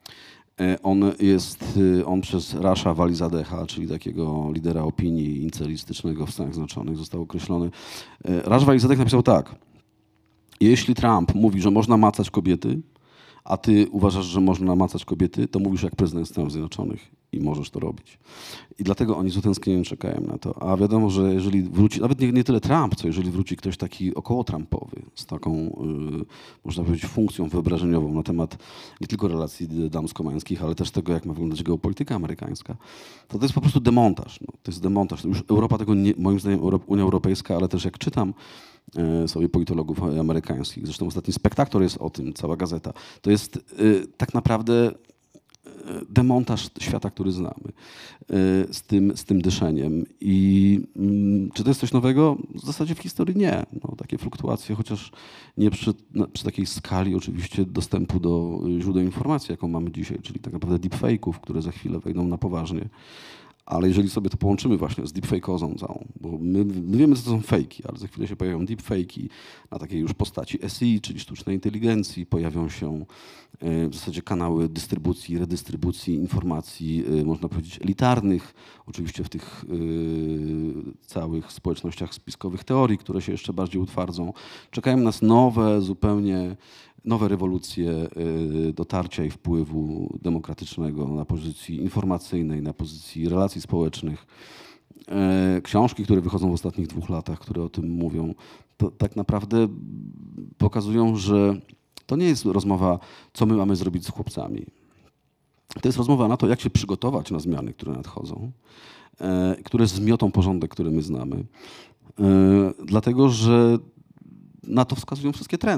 On przez Rasha Walizadeha, czyli takiego lidera opinii incelistycznego w Stanach Zjednoczonych, został określony. Rash Walizadeh napisał tak: jeśli Trump mówi, że można macać kobiety, a ty uważasz, że można macać kobiety, to mówisz jak prezydent Stanów Zjednoczonych i możesz to robić. I dlatego oni z utęsknieniem czekają na to. A wiadomo, że jeżeli wróci, nawet nie tyle Trump, co jeżeli wróci ktoś taki około Trumpowy, z taką, można powiedzieć, funkcją wyobrażeniową na temat nie tylko relacji damsko-męskich, ale też tego, jak ma wyglądać geopolityka amerykańska, to jest po prostu demontaż. No, to jest demontaż. Już Europa tego, nie, moim zdaniem Unia Europejska, ale też jak czytam sobie politologów amerykańskich, zresztą ostatni Spektator jest o tym, cała gazeta, to jest tak naprawdę demontaż świata, który znamy, z tym dyszeniem. I czy to jest coś nowego? W zasadzie w historii nie. No, takie fluktuacje, chociaż nie przy takiej skali oczywiście dostępu do źródeł informacji, jaką mamy dzisiaj, czyli tak naprawdę deepfake'ów, które za chwilę wejdą na poważnie. Ale jeżeli sobie to połączymy właśnie z deepfake'ozą całą, bo my wiemy, co to są fejki, ale za chwilę się pojawią deepfake'i na takiej już postaci SI, czyli sztucznej inteligencji, pojawią się w zasadzie kanały dystrybucji, redystrybucji informacji, można powiedzieć, elitarnych, oczywiście w tych całych społecznościach spiskowych teorii, które się jeszcze bardziej utwardzą. Czekają nas nowe rewolucje dotarcia i wpływu demokratycznego na pozycji informacyjnej, na pozycji relacji społecznych. Książki, które wychodzą w ostatnich 2 latach, które o tym mówią, to tak naprawdę pokazują, że to nie jest rozmowa, co my mamy zrobić z chłopcami. To jest rozmowa na to, jak się przygotować na zmiany, które nadchodzą, które zmiotą porządek, który my znamy. Dlatego, że na to wskazują wszystkie trendy.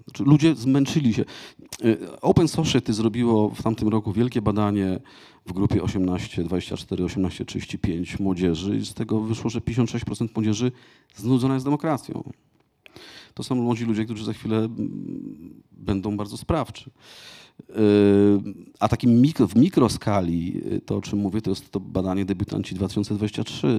Znaczy, ludzie zmęczyli się. Open Society zrobiło w tamtym roku wielkie badanie w grupie 18-24, 18-35 młodzieży i z tego wyszło, że 56% młodzieży znudzona jest demokracją. To są młodzi ludzie, którzy za chwilę będą bardzo sprawczy. A takim w mikroskali, to o czym mówię, to jest to badanie Debiutanci 2023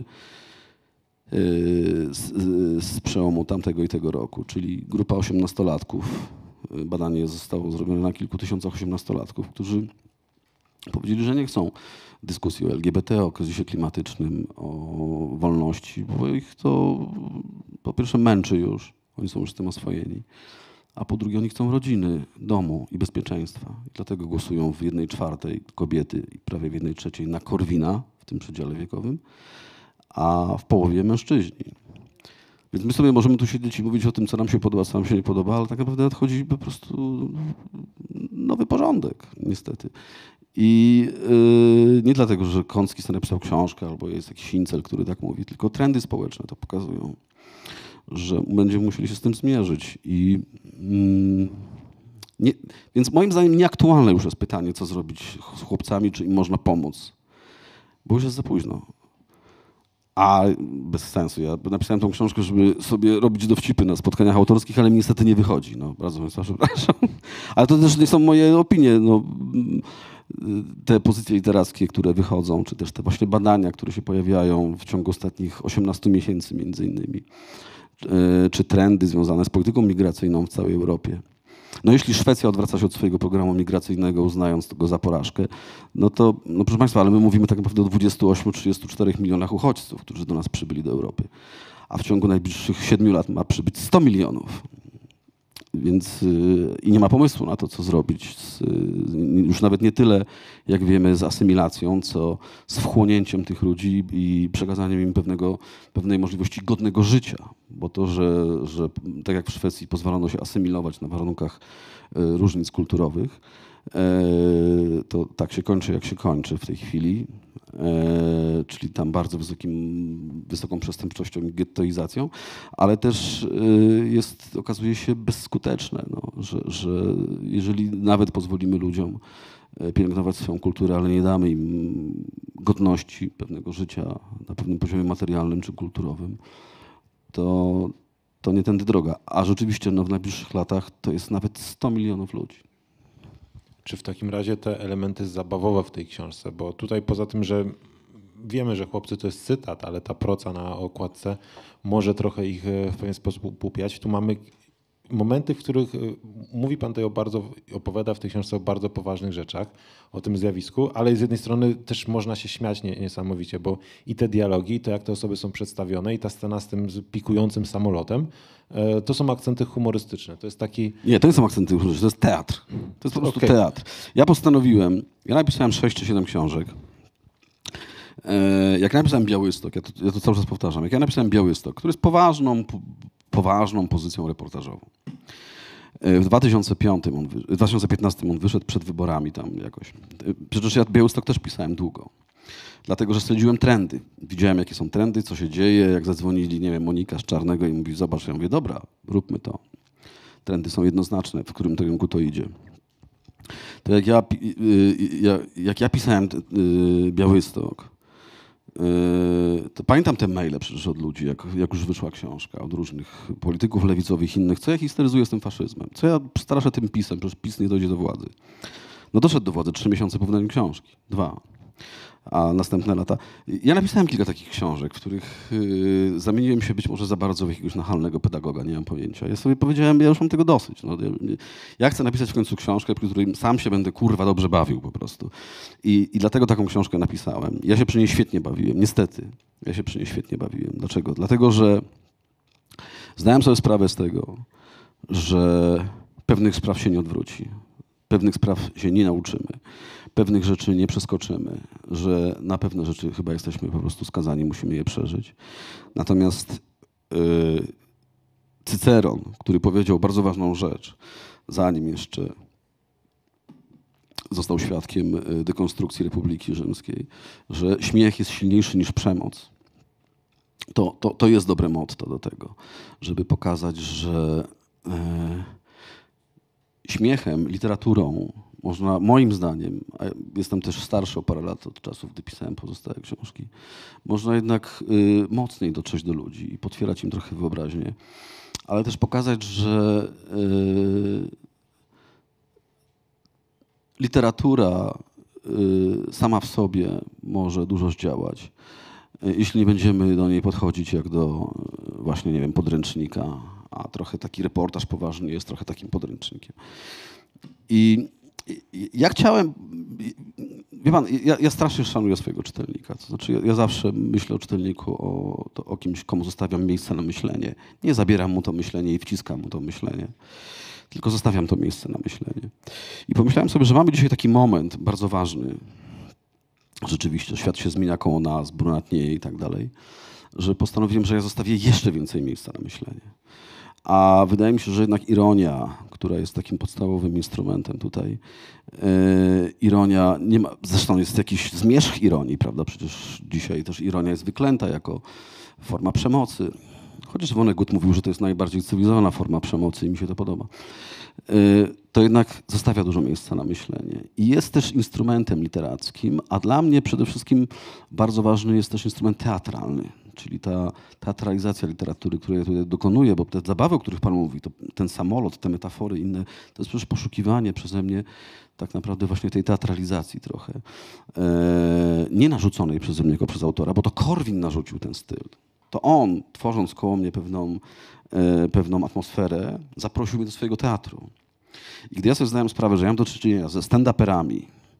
z przełomu tamtego i tego roku, czyli grupa 18-latków. Badanie zostało zrobione na kilku tysiącach 18-latków, którzy powiedzieli, że nie chcą dyskusji o LGBT, o kryzysie klimatycznym, o wolności, bo ich to po pierwsze męczy już, oni są już z tym oswojeni, a po drugie oni chcą rodziny, domu i bezpieczeństwa. I dlatego głosują w 1/4 kobiety i prawie w 1/3 na Korwina w tym przedziale wiekowym, a w połowie mężczyźni. Więc my sobie możemy tu siedzieć i mówić o tym, co nam się podoba, co nam się nie podoba, ale tak naprawdę nadchodzi po prostu nowy porządek, niestety. I nie dlatego, że Kącki sobie napisał książkę albo jest jakiś incel, który tak mówi, tylko trendy społeczne to pokazują, że będziemy musieli się z tym zmierzyć. Więc moim zdaniem nieaktualne już jest pytanie, co zrobić z chłopcami, czy im można pomóc, bo już jest za późno. A bez sensu. Ja napisałem tą książkę, żeby sobie robić dowcipy na spotkaniach autorskich, ale mi niestety nie wychodzi. No, bardzo Państwa przepraszam. Ale to też nie są moje opinie. No, te pozycje literackie, które wychodzą, czy też te właśnie badania, które się pojawiają w ciągu ostatnich 18 miesięcy między innymi, czy trendy związane z polityką migracyjną w całej Europie. No jeśli Szwecja odwraca się od swojego programu migracyjnego, uznając go za porażkę, no to, no proszę Państwa, ale my mówimy tak naprawdę o 28-34 milionach uchodźców, którzy do nas przybyli do Europy. A w ciągu najbliższych 7 lat ma przybyć 100 milionów. Więc i nie ma pomysłu na to, co zrobić. Już nawet nie tyle, jak wiemy, z asymilacją, co z wchłonięciem tych ludzi i przekazaniem im pewnej możliwości godnego życia. Bo to, że tak jak w Szwecji pozwalono się asymilować na warunkach różnic kulturowych, to tak się kończy, jak się kończy w tej chwili. Czyli tam bardzo wysoką przestępczością i gettoizacją, ale też okazuje się bezskuteczne, no, że jeżeli nawet pozwolimy ludziom pielęgnować swoją kulturę, ale nie damy im godności pewnego życia na pewnym poziomie materialnym czy kulturowym, to nie tędy droga. A rzeczywiście no, w najbliższych latach to jest nawet 100 milionów ludzi. Czy w takim razie te elementy zabawowe w tej książce, bo tutaj poza tym, że wiemy, że chłopcy to jest cytat, ale ta proca na okładce może trochę ich w pewien sposób upupiać. Tu mamy momenty, w których mówi pan tutaj opowiada w tej książce o bardzo poważnych rzeczach, o tym zjawisku, ale z jednej strony też można się śmiać niesamowicie, bo i te dialogi, i to jak te osoby są przedstawione, i ta scena z tym pikującym samolotem, to są akcenty humorystyczne. To jest taki... Nie, to nie są akcenty humorystyczne, to jest teatr. To jest po prostu teatr. Ja napisałem 6 czy 7 książek. Jak napisałem Białystok, ja to cały czas powtarzam, jak ja napisałem Białystok, który jest poważną pozycją reportażową. W 2015 on wyszedł przed wyborami tam jakoś. Przecież ja Białystok też pisałem długo. Dlatego, że śledziłem trendy. Widziałem, jakie są trendy, co się dzieje, jak zadzwonili, nie wiem, Monika z Czarnego i mówi, zobacz, ja mówię, dobra, róbmy to. Trendy są jednoznaczne, w którym kierunku to idzie. To jak ja pisałem Białystok, to pamiętam te maile przecież od ludzi, jak już wyszła książka, od różnych polityków lewicowych, innych, co ja histeryzuję z tym faszyzmem, co ja straszę tym PiS-em, przecież PiS nie dojdzie do władzy. No doszedł do władzy 3 miesiące po wydaniu książki, 2, a następne lata. Ja napisałem kilka takich książek, w których zamieniłem się być może za bardzo w jakiegoś nachalnego pedagoga, nie mam pojęcia. Ja sobie powiedziałem, ja już mam tego dosyć. No, ja chcę napisać w końcu książkę, przy której sam się będę kurwa dobrze bawił po prostu. I dlatego taką książkę napisałem. Ja się przy niej świetnie bawiłem, niestety. Ja się przy niej świetnie bawiłem. Dlaczego? Dlatego, że zdałem sobie sprawę z tego, że pewnych spraw się nie odwróci. Pewnych spraw się nie nauczymy, pewnych rzeczy nie przeskoczymy, że na pewne rzeczy chyba jesteśmy po prostu skazani, musimy je przeżyć. Natomiast Cyceron, który powiedział bardzo ważną rzecz, zanim jeszcze został świadkiem dekonstrukcji Republiki Rzymskiej, że śmiech jest silniejszy niż przemoc. To jest dobre motto do tego, żeby pokazać, że śmiechem, literaturą można, moim zdaniem, a jestem też starszy o parę lat od czasów, gdy pisałem pozostałe książki, można jednak mocniej dotrzeć do ludzi i potwierać im trochę wyobraźnię, ale też pokazać, że literatura sama w sobie może dużo zdziałać, jeśli nie będziemy do niej podchodzić jak do właśnie, nie wiem, podręcznika, a trochę taki reportaż poważny jest trochę takim podręcznikiem. I ja chciałem, wie pan, ja strasznie szanuję swojego czytelnika. To znaczy ja zawsze myślę o czytelniku, o kimś, komu zostawiam miejsce na myślenie. Nie zabieram mu to myślenie i wciskam mu to myślenie, tylko zostawiam to miejsce na myślenie. I pomyślałem sobie, że mamy dzisiaj taki moment bardzo ważny. Rzeczywiście, świat się zmienia koło nas, brunatnieje i tak dalej, że postanowiłem, że ja zostawię jeszcze więcej miejsca na myślenie. A wydaje mi się, że jednak ironia, która jest takim podstawowym instrumentem tutaj, ironia nie ma, zresztą jest jakiś zmierzch ironii, prawda? Przecież dzisiaj też ironia jest wyklęta jako forma przemocy. Chociaż Vonnegut mówił, że to jest najbardziej cywilizowana forma przemocy i mi się to podoba. To jednak zostawia dużo miejsca na myślenie. I jest też instrumentem literackim, a dla mnie przede wszystkim bardzo ważny jest też instrument teatralny, czyli ta teatralizacja literatury, której ja tutaj dokonuję, bo te zabawy, o których Pan mówi, to ten samolot, te metafory inne, to jest przecież poszukiwanie przeze mnie tak naprawdę właśnie tej teatralizacji trochę. Nie narzuconej przeze mnie jako przez autora, bo to Korwin narzucił ten styl. To on, tworząc koło mnie pewną atmosferę, zaprosił mnie do swojego teatru. I gdy ja sobie zdałem sprawę, że ja mam do czynienia ze stand-uperami,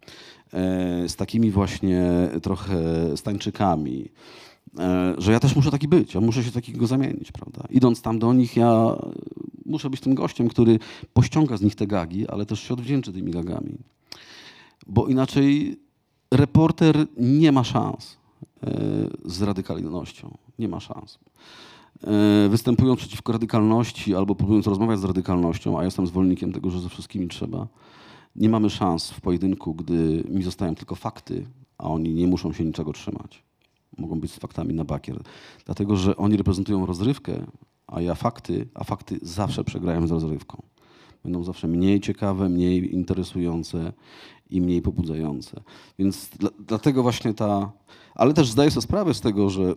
z takimi właśnie trochę stańczykami, że ja też muszę taki być, ja muszę się takiego zamienić, prawda? Idąc tam do nich, ja muszę być tym gościem, który pościąga z nich te gagi, ale też się odwdzięczy tymi gagami. Bo inaczej reporter nie ma szans z radykalnością. Nie ma szans. Występując przeciwko radykalności albo próbując rozmawiać z radykalnością, a ja jestem zwolennikiem tego, że ze wszystkimi trzeba, nie mamy szans w pojedynku, gdy mi zostają tylko fakty, a oni nie muszą się niczego trzymać. Mogą być z faktami na bakier. Dlatego, że oni reprezentują rozrywkę, a fakty zawsze przegrają z rozrywką. Będą zawsze mniej ciekawe, mniej interesujące i mniej pobudzające. Więc dlatego właśnie ale też zdaję sobie sprawę z tego, że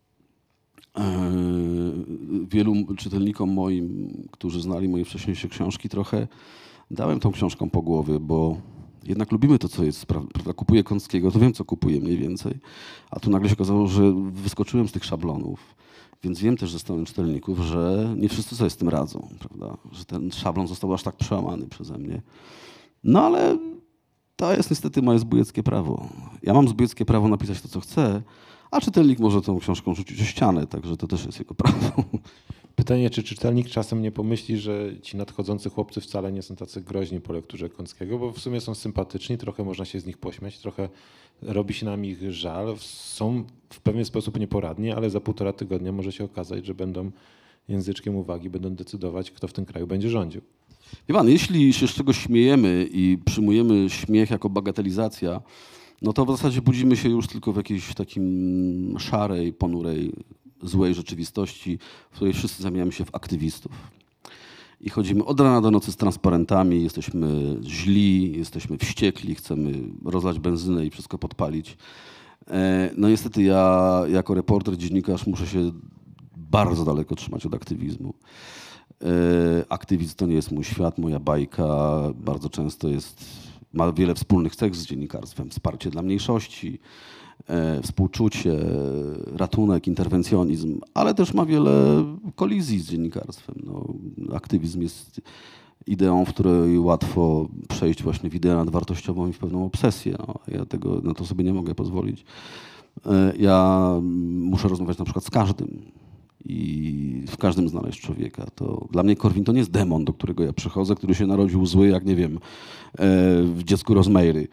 wielu czytelnikom moim, którzy znali moje wcześniejsze książki, trochę dałem tą książką po głowie, bo jednak lubimy to, co jest, prawda? Kupuję Kąckiego, to wiem, co kupuję mniej więcej. A tu nagle się okazało, że wyskoczyłem z tych szablonów, więc wiem też ze strony czytelników, że nie wszyscy sobie z tym radzą, prawda? Że ten szablon został aż tak przełamany przeze mnie. No ale to jest niestety moje zbójeckie prawo. Ja mam zbójeckie prawo napisać to, co chcę, a czytelnik może tą książką rzucić o ścianę, także to też jest jego prawo. Pytanie, czy czytelnik czasem nie pomyśli, że ci nadchodzący chłopcy wcale nie są tacy groźni po lekturze Kąckiego, bo w sumie są sympatyczni, trochę można się z nich pośmiać, trochę robi się nam ich żal, są w pewien sposób nieporadni, ale za 1,5 tygodnia może się okazać, że będą języczkiem uwagi, będą decydować, kto w tym kraju będzie rządził. Wie pan, jeśli się z czegoś śmiejemy i przyjmujemy śmiech jako bagatelizacja, no to w zasadzie budzimy się już tylko w jakiejś takim szarej, ponurej, złej rzeczywistości, w której wszyscy zamieniamy się w aktywistów. I chodzimy od rana do nocy z transparentami, jesteśmy źli, jesteśmy wściekli, chcemy rozlać benzynę i wszystko podpalić. No niestety ja jako reporter, dziennikarz muszę się bardzo daleko trzymać od aktywizmu. Aktywizm to nie jest mój świat, moja bajka. Bardzo często ma wiele wspólnych cech z dziennikarstwem. Wsparcie dla mniejszości, współczucie, ratunek, interwencjonizm, ale też ma wiele kolizji z dziennikarstwem. No, aktywizm jest ideą, w której łatwo przejść właśnie w ideę nadwartościową i w pewną obsesję. No, ja na to sobie nie mogę pozwolić. Ja muszę rozmawiać na przykład z każdym i w każdym znaleźć człowieka. To dla mnie Korwin to nie jest demon, do którego ja przychodzę, który się narodził zły, jak nie wiem, w dziecku Rosemary.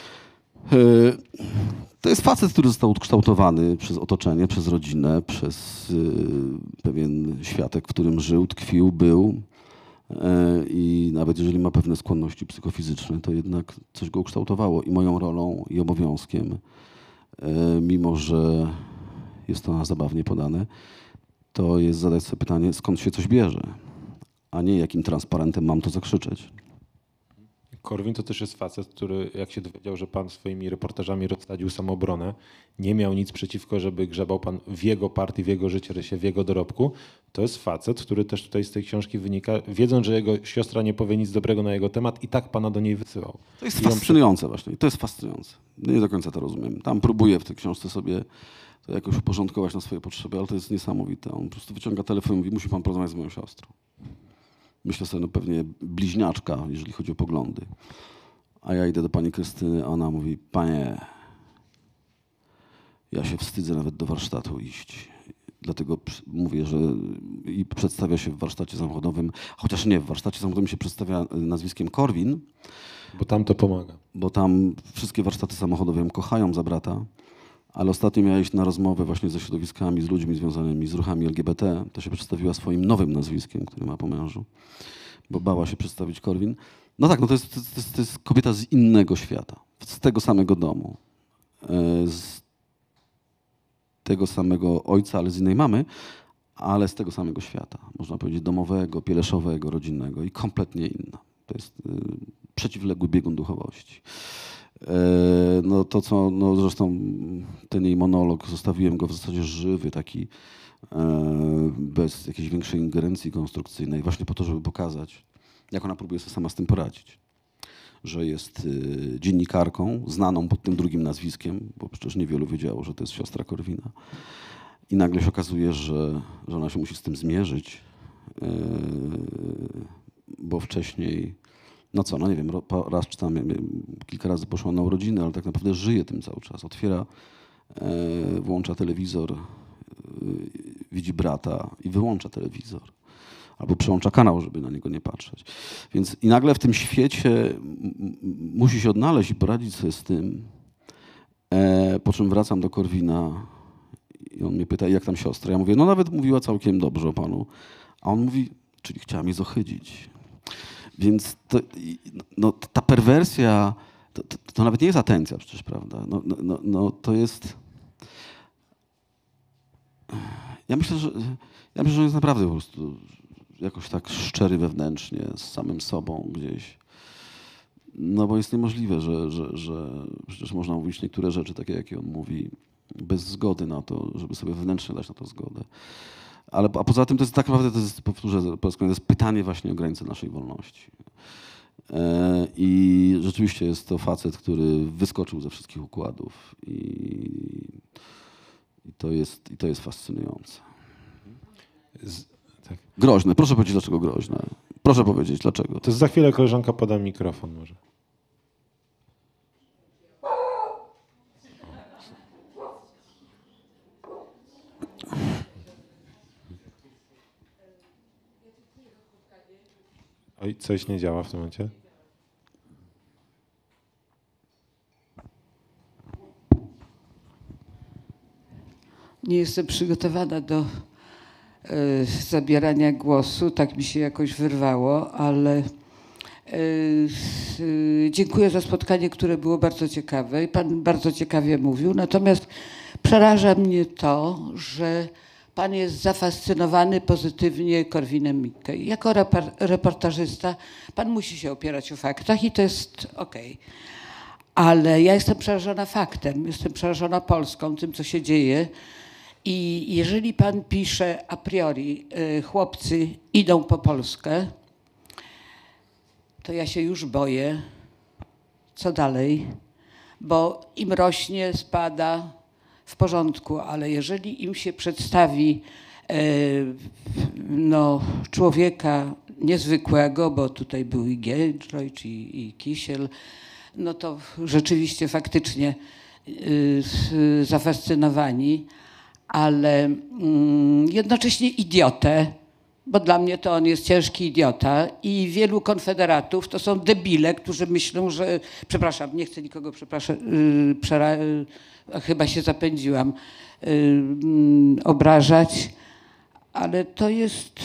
To jest facet, który został ukształtowany przez otoczenie, przez rodzinę, przez pewien światek, w którym żył, tkwił, był. I nawet jeżeli ma pewne skłonności psychofizyczne, to jednak coś go ukształtowało. I moją rolą i obowiązkiem, mimo że jest to zabawnie podane, to jest zadać sobie pytanie, skąd się coś bierze, a nie jakim transparentem mam to zakrzyczeć. Korwin to też jest facet, który jak się dowiedział, że pan swoimi reportażami rozsadził Samoobronę, nie miał nic przeciwko, żeby grzebał pan w jego partii, w jego życiorysie, w jego dorobku. To jest facet, który też tutaj z tej książki wynika, wiedząc, że jego siostra nie powie nic dobrego na jego temat i tak pana do niej wysyłał. To jest I on fascynujące właśnie. To jest fascynujące. Nie do końca to rozumiem. Tam próbuję w tej książce sobie to jakoś uporządkować na swoje potrzeby, ale to jest niesamowite. On po prostu wyciąga telefon i mówi, musi pan porozmawiać z moją siostrą. Myślę sobie, no pewnie bliźniaczka, jeżeli chodzi o poglądy. A ja idę do pani Krystyny, a ona mówi, panie, ja się wstydzę nawet do warsztatu iść. Dlatego mówię, że i przedstawia się w warsztacie samochodowym, chociaż nie, w warsztacie samochodowym się przedstawia nazwiskiem Korwin, Bo tam to pomaga. bo tam wszystkie warsztaty samochodowe ją kochają za brata, ale ostatnio miała iść na rozmowę właśnie ze środowiskami, z ludźmi związanymi z ruchami LGBT, to się przedstawiła swoim nowym nazwiskiem, które ma po mężu, bo bała się przedstawić Korwin. No tak, no to jest kobieta z innego świata, z tego samego domu, z tego samego ojca, ale z innej mamy, ale z tego samego świata, można powiedzieć domowego, pieleszowego, rodzinnego i kompletnie inna. To jest przeciwległy biegun duchowości. No to co, no zresztą ten jej monolog, zostawiłem go w zasadzie żywy, taki bez jakiejś większej ingerencji konstrukcyjnej, właśnie po to, żeby pokazać, jak ona próbuje sobie sama z tym poradzić. Że jest dziennikarką, znaną pod tym drugim nazwiskiem, bo przecież niewielu wiedziało, że to jest siostra Korwina. I nagle się okazuje, że ona się musi z tym zmierzyć, bo wcześniej, no co, no nie wiem, raz czy tam kilka razy poszła na urodziny, ale tak naprawdę żyje tym cały czas. Otwiera, włącza telewizor, widzi brata i wyłącza telewizor. Albo przełącza kanał, żeby na niego nie patrzeć. Więc i nagle w tym świecie musi się odnaleźć i poradzić sobie z tym. Po czym wracam do Korwina i on mnie pyta, jak tam siostra? Ja mówię, no nawet mówiła całkiem dobrze o panu. A on mówi, czyli chciała mnie zohydzić. Więc no, ta perwersja, to nawet nie jest atencja przecież, prawda? No, to jest... Ja myślę, że on jest naprawdę po prostu jakoś tak szczery wewnętrznie z samym sobą gdzieś. No bo jest niemożliwe, że przecież można mówić niektóre rzeczy takie, jakie on mówi, bez zgody na to, żeby sobie wewnętrznie dać na to zgodę. A poza tym to jest tak naprawdę, to jest, powtórzę po raz kolejny, to jest pytanie właśnie o granice naszej wolności. I rzeczywiście jest to facet, który wyskoczył ze wszystkich układów i to jest fascynujące. Tak. Groźne. Proszę powiedzieć, dlaczego groźne. Proszę powiedzieć, dlaczego. To za chwilę koleżanka poda mikrofon może. Oj, coś nie działa w tym momencie. Nie jestem przygotowana do zabierania głosu, tak mi się jakoś wyrwało, ale dziękuję za spotkanie, które było bardzo ciekawe i pan bardzo ciekawie mówił. Natomiast przeraża mnie to, że pan jest zafascynowany pozytywnie Korwinem Mikkej. Jako reportażysta pan musi się opierać o faktach i to jest okej. Ale ja jestem przerażona faktem, jestem przerażona Polską, tym co się dzieje. I jeżeli pan pisze a priori, chłopcy idą po Polskę, to ja się już boję, co dalej, bo im rośnie, spada, w porządku, ale jeżeli im się przedstawi człowieka niezwykłego, bo tutaj był i Giedroyć i Kisiel, no to rzeczywiście faktycznie zafascynowani, ale jednocześnie idiotę, bo dla mnie to on jest ciężki idiota i wielu konfederatów to są debile, którzy myślą, że, przepraszam, nie chcę nikogo chyba się zapędziłam, obrażać, ale to jest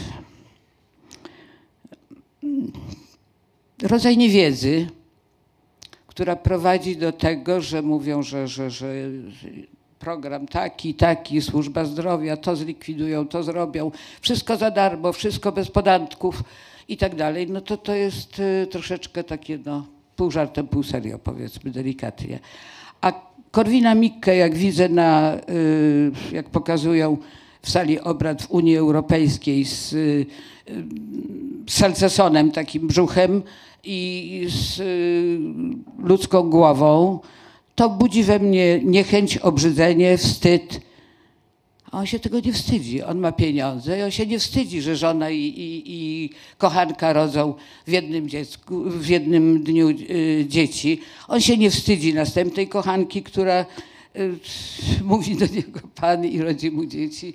rodzaj niewiedzy, która prowadzi do tego, że mówią, że program taki, służba zdrowia, to zlikwidują, to zrobią, wszystko za darmo, wszystko bez podatków i tak dalej, no to jest troszeczkę takie pół żartem, pół serio, powiedzmy delikatnie. A Korwina-Mikke, jak widzę jak pokazują w sali obrad w Unii Europejskiej z salcesonem, takim brzuchem i z ludzką głową, to budzi we mnie niechęć, obrzydzenie, wstyd. A on się tego nie wstydzi. On ma pieniądze i on się nie wstydzi, że żona i kochanka rodzą w jednym dniu dzieci. On się nie wstydzi następnej kochanki, która mówi do niego pan i rodzi mu dzieci.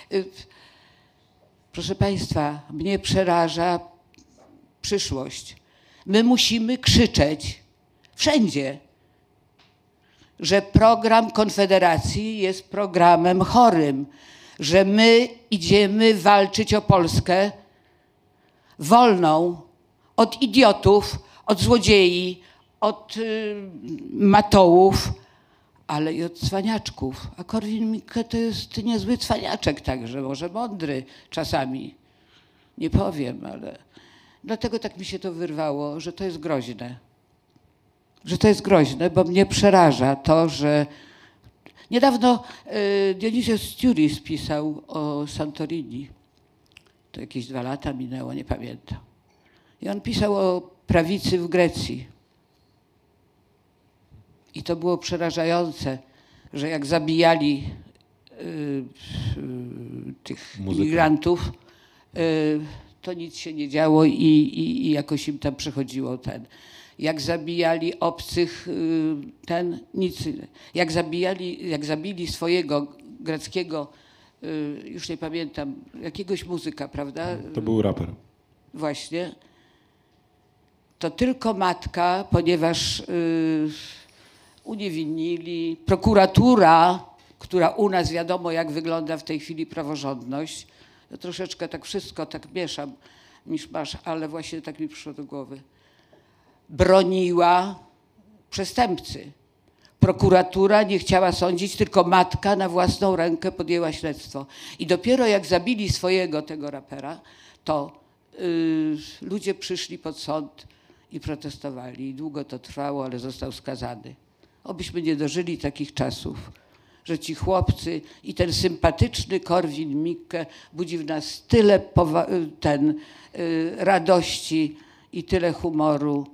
Proszę Państwa, mnie przeraża przyszłość. My musimy krzyczeć wszędzie, że program Konfederacji jest programem chorym, że my idziemy walczyć o Polskę wolną od idiotów, od złodziei, od matołów, ale i od cwaniaczków. A Korwin-Mikke to jest niezły cwaniaczek także, może mądry czasami. Nie powiem, ale dlatego tak mi się to wyrwało, że to jest groźne. Że to jest groźne, bo mnie przeraża to, że niedawno Dionysio Stiuris pisał o Santorini. To jakieś 2 lata minęło, nie pamiętam. I on pisał o prawicy w Grecji. I to było przerażające, że jak zabijali tych imigrantów, to nic się nie działo i jakoś im tam przechodziło Jak zabijali obcych, nic. Jak zabili swojego greckiego, już nie pamiętam, jakiegoś muzyka, prawda? To był raper. Właśnie. To tylko matka, ponieważ uniewinili. Prokuratura, która u nas wiadomo jak wygląda w tej chwili praworządność. Ja troszeczkę tak wszystko tak mieszam, miszmasz, ale właśnie tak mi przyszło do głowy. Broniła przestępcy. Prokuratura nie chciała sądzić, tylko matka na własną rękę podjęła śledztwo. I dopiero jak zabili tego rapera, to ludzie przyszli pod sąd i protestowali. I długo to trwało, ale został skazany. Obyśmy nie dożyli takich czasów, że ci chłopcy i ten sympatyczny Korwin-Mikke budzi w nas tyle radości i tyle humoru,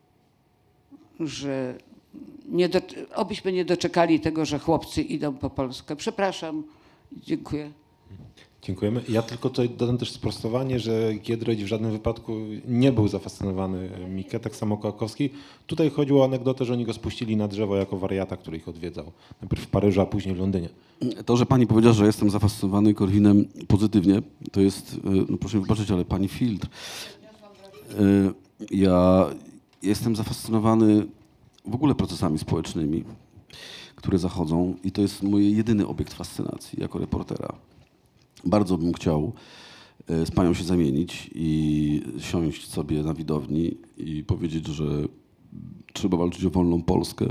że obyśmy nie doczekali tego, że chłopcy idą po Polskę. Przepraszam, dziękuję. Dziękujemy. Ja tylko tutaj dodam też sprostowanie, że Giedroyć w żadnym wypadku nie był zafascynowany Mikke, tak samo Kołakowski. Tutaj chodziło o anegdotę, że oni go spuścili na drzewo jako wariata, który ich odwiedzał. Najpierw w Paryżu, a później w Londynie. To, że pani powiedziała, że jestem zafascynowany Korwinem pozytywnie, to jest, no proszę mi wybaczyć, ale pani filtr. Ja jestem zafascynowany w ogóle procesami społecznymi, które zachodzą i to jest mój jedyny obiekt fascynacji jako reportera. Bardzo bym chciał z panią się zamienić i siąść sobie na widowni i powiedzieć, że trzeba walczyć o wolną Polskę.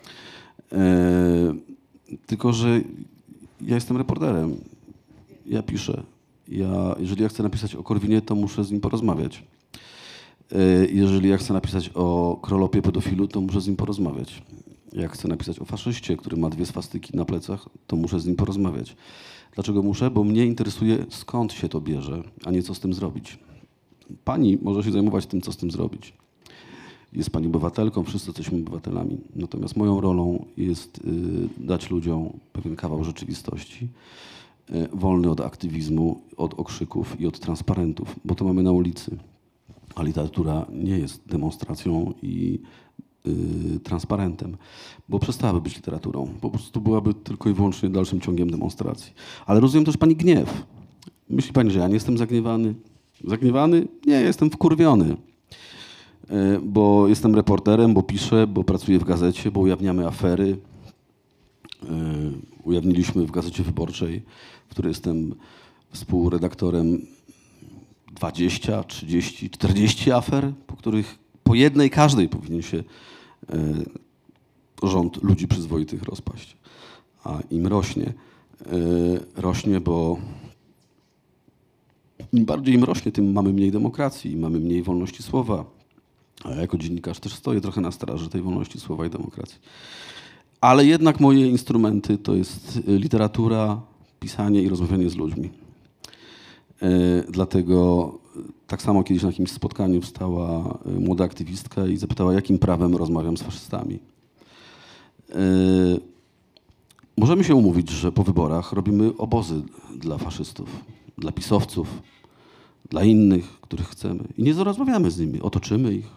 Tylko że ja jestem reporterem. Ja piszę. Jeżeli ja chcę napisać o Korwinie, to muszę z nim porozmawiać. Jeżeli ja chcę napisać o krolopie pedofilu, to muszę z nim porozmawiać. Jak chcę napisać o faszyście, który ma 2 swastyki na plecach, to muszę z nim porozmawiać. Dlaczego muszę? Bo mnie interesuje, skąd się to bierze, a nie co z tym zrobić. Pani może się zajmować tym, co z tym zrobić. Jest pani obywatelką, wszyscy jesteśmy obywatelami. Natomiast moją rolą jest dać ludziom pewien kawał rzeczywistości, wolny od aktywizmu, od okrzyków i od transparentów, bo to mamy na ulicy. A literatura nie jest demonstracją i transparentem, bo przestałaby być literaturą. Po prostu byłaby tylko i wyłącznie dalszym ciągiem demonstracji. Ale rozumiem też pani gniew. Myśli pani, że ja nie jestem zagniewany? Zagniewany? Nie, jestem wkurwiony. Bo jestem reporterem, bo piszę, bo pracuję w gazecie, bo ujawniamy afery. Ujawniliśmy w Gazecie Wyborczej, w której jestem współredaktorem 20, 30, 40 afer, po których po jednej każdej powinien się rząd ludzi przyzwoitych rozpaść. A im rośnie, bo im bardziej im rośnie, tym mamy mniej demokracji, mamy mniej wolności słowa. A ja jako dziennikarz też stoję trochę na straży tej wolności słowa i demokracji. Ale jednak moje instrumenty to jest literatura, pisanie i rozmawianie z ludźmi. Dlatego tak samo kiedyś na jakimś spotkaniu wstała młoda aktywistka i zapytała, jakim prawem rozmawiam z faszystami. Możemy się umówić, że po wyborach robimy obozy dla faszystów, dla pisowców, dla innych, których chcemy. I nie rozmawiamy z nimi, otoczymy ich.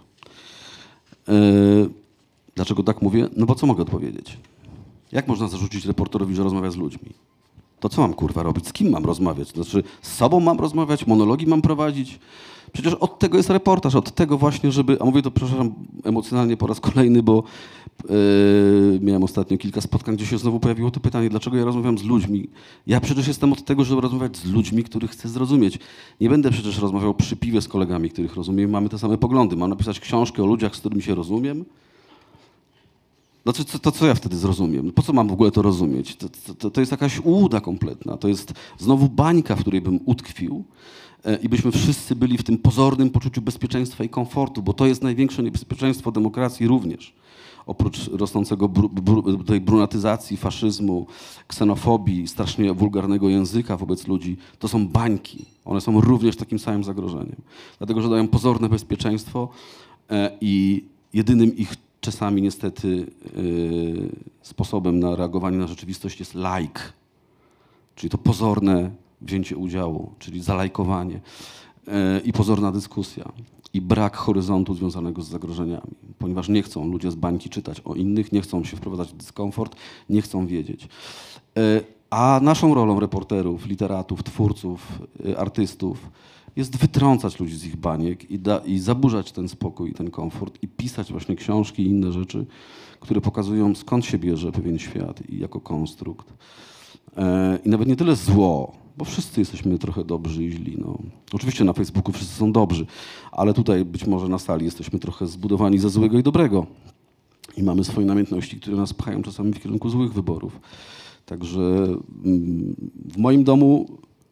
Dlaczego tak mówię? No bo co mogę odpowiedzieć? Jak można zarzucić reporterowi, że rozmawia z ludźmi? To co mam kurwa robić? Z kim mam rozmawiać? To znaczy z sobą mam rozmawiać? Monologi mam prowadzić? Przecież od tego jest reportaż, od tego właśnie, żeby... A mówię to, przepraszam, emocjonalnie po raz kolejny, bo miałem ostatnio kilka spotkań, gdzie się znowu pojawiło to pytanie, dlaczego ja rozmawiam z ludźmi? Ja przecież jestem od tego, żeby rozmawiać z ludźmi, których chcę zrozumieć. Nie będę przecież rozmawiał przy piwie z kolegami, których rozumiem, mamy te same poglądy. Mam napisać książkę o ludziach, z którymi się rozumiem? Znaczy, to co ja wtedy zrozumiem? Po co mam w ogóle to rozumieć? To jest jakaś ułuda kompletna. To jest znowu bańka, w której bym utkwił i byśmy wszyscy byli w tym pozornym poczuciu bezpieczeństwa i komfortu, bo to jest największe niebezpieczeństwo demokracji również. Oprócz rosnącego tej brunatyzacji, faszyzmu, ksenofobii, strasznie wulgarnego języka wobec ludzi, to są bańki. One są również takim samym zagrożeniem. Dlatego, że dają pozorne bezpieczeństwo i jedynym ich czasami niestety sposobem na reagowanie na rzeczywistość jest like, czyli to pozorne wzięcie udziału, czyli zalajkowanie i pozorna dyskusja i brak horyzontu związanego z zagrożeniami, ponieważ nie chcą ludzie z bańki czytać o innych, nie chcą się wprowadzać w dyskomfort, nie chcą wiedzieć. A naszą rolą reporterów, literatów, twórców, artystów jest wytrącać ludzi z ich baniek i zaburzać ten spokój i ten komfort i pisać właśnie książki i inne rzeczy, które pokazują, skąd się bierze pewien świat i jako konstrukt. I nawet nie tyle zło, bo wszyscy jesteśmy trochę dobrzy i źli. No. Oczywiście na Facebooku wszyscy są dobrzy, ale tutaj być może na sali jesteśmy trochę zbudowani ze złego i dobrego. I mamy swoje namiętności, które nas pchają czasami w kierunku złych wyborów. Także w moim domu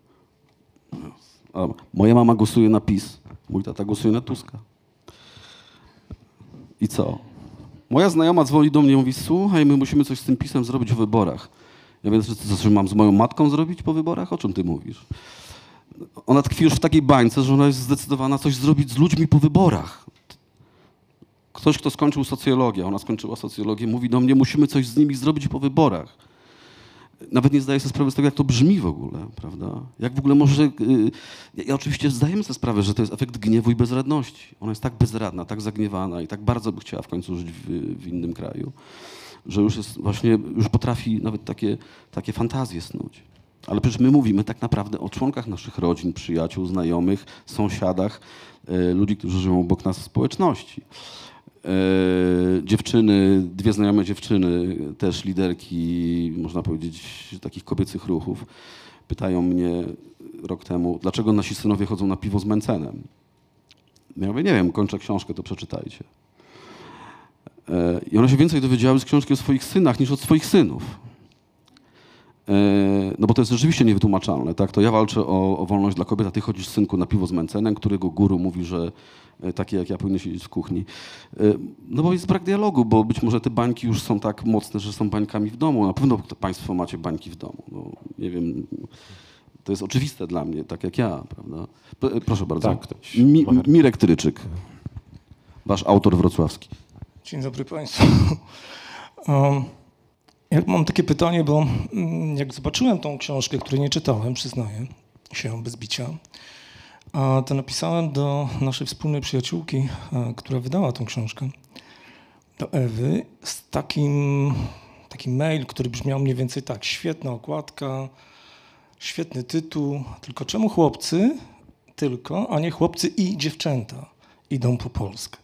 moja mama głosuje na PiS, mój tata głosuje na Tuska. I co? Moja znajoma dzwoni do mnie i mówi, słuchaj, my musimy coś z tym PiS-em zrobić w wyborach. Ja wiem, co mam z moją matką zrobić po wyborach? O czym ty mówisz? Ona tkwi już w takiej bańce, że ona jest zdecydowana coś zrobić z ludźmi po wyborach. Ktoś, kto skończył socjologię, ona skończyła socjologię, mówi do mnie, musimy coś z nimi zrobić po wyborach. Nawet nie zdaję sobie sprawy z tego, jak to brzmi w ogóle, prawda? Jak w ogóle może... Ja oczywiście zdajemy sobie sprawę, że to jest efekt gniewu i bezradności. Ona jest tak bezradna, tak zagniewana i tak bardzo by chciała w końcu żyć w innym kraju, że już jest właśnie, już potrafi nawet takie fantazje snuć. Ale przecież my mówimy tak naprawdę o członkach naszych rodzin, przyjaciół, znajomych, sąsiadach, ludzi, którzy żyją obok nas w społeczności. Dziewczyny, dwie znajome dziewczyny, też liderki, można powiedzieć, takich kobiecych ruchów, pytają mnie rok temu, dlaczego nasi synowie chodzą na piwo z Mencenem. Ja mówię, nie wiem, kończę książkę, to przeczytajcie. I one się więcej dowiedziały z książki o swoich synach niż od swoich synów. No bo to jest rzeczywiście niewytłumaczalne, tak? To ja walczę o wolność dla kobiet, a ty chodzisz, synku, na piwo z Mencenem, którego guru mówi, że takie jak ja powinny siedzieć w kuchni. No bo jest brak dialogu, bo być może te bańki już są tak mocne, że są bańkami w domu. Na pewno państwo macie bańki w domu. No, nie wiem, to jest oczywiste dla mnie, tak jak ja, prawda? Proszę bardzo. Tak, ktoś. Mirek Tryczyk, wasz autor wrocławski. Dzień dobry Państwu. Ja mam takie pytanie, bo jak zobaczyłem tą książkę, której nie czytałem, przyznaję się bez bicia, to napisałem do naszej wspólnej przyjaciółki, która wydała tą książkę, do Ewy, z taki mail, który brzmiał mniej więcej tak: świetna okładka, świetny tytuł, tylko czemu chłopcy a nie chłopcy i dziewczęta idą po Polskę?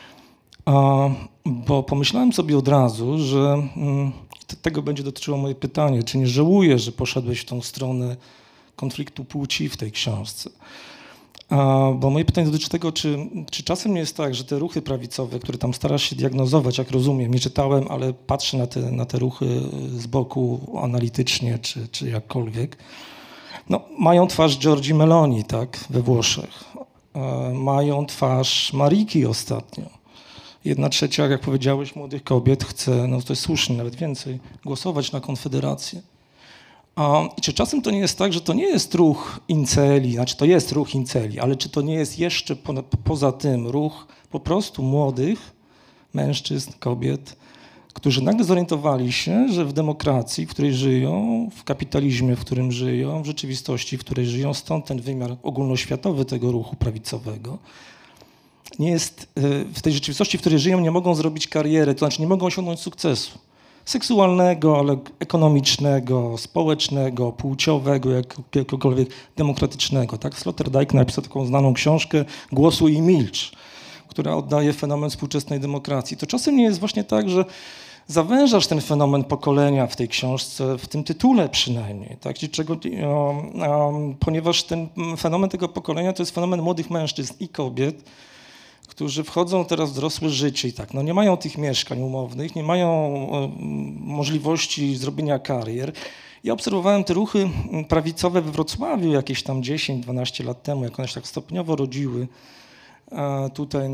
Bo pomyślałem sobie od razu, że tego będzie dotyczyło moje pytanie, czy nie żałuję, że poszedłeś w tą stronę konfliktu płci w tej książce. Bo moje pytanie dotyczy tego, czy czasem nie jest tak, że te ruchy prawicowe, które tam starasz się diagnozować, jak rozumiem, nie czytałem, ale patrzę na te ruchy z boku analitycznie, czy jakkolwiek, No, mają twarz Giorgi Meloni, tak, we Włoszech. Mają twarz Mariki ostatnio. 1/3, jak powiedziałeś, młodych kobiet chce, no to jest słusznie, nawet więcej, głosować na Konfederację. I czy czasem to nie jest tak, że to nie jest ruch inceli, znaczy to jest ruch inceli, ale czy to nie jest jeszcze poza tym ruch po prostu młodych mężczyzn, kobiet, którzy nagle zorientowali się, że w demokracji, w której żyją, w kapitalizmie, w którym żyją, w rzeczywistości, w której żyją, stąd ten wymiar ogólnoświatowy tego ruchu prawicowego, nie jest, w tej rzeczywistości, w której żyją, nie mogą zrobić kariery, to znaczy nie mogą osiągnąć sukcesu seksualnego, ale ekonomicznego, społecznego, płciowego, jakiegokolwiek demokratycznego. Tak? Sloterdijk napisał taką znaną książkę Głosuj i milcz, która oddaje fenomen współczesnej demokracji. To czasem nie jest właśnie tak, że zawężasz ten fenomen pokolenia w tej książce, w tym tytule przynajmniej, tak? Ponieważ ten fenomen tego pokolenia to jest fenomen młodych mężczyzn i kobiet, którzy wchodzą teraz w dorosłe życie i tak, no nie mają tych mieszkań umownych, nie mają możliwości zrobienia karier. Ja obserwowałem te ruchy prawicowe we Wrocławiu jakieś tam 10-12 lat temu, jak one się tak stopniowo rodziły tutaj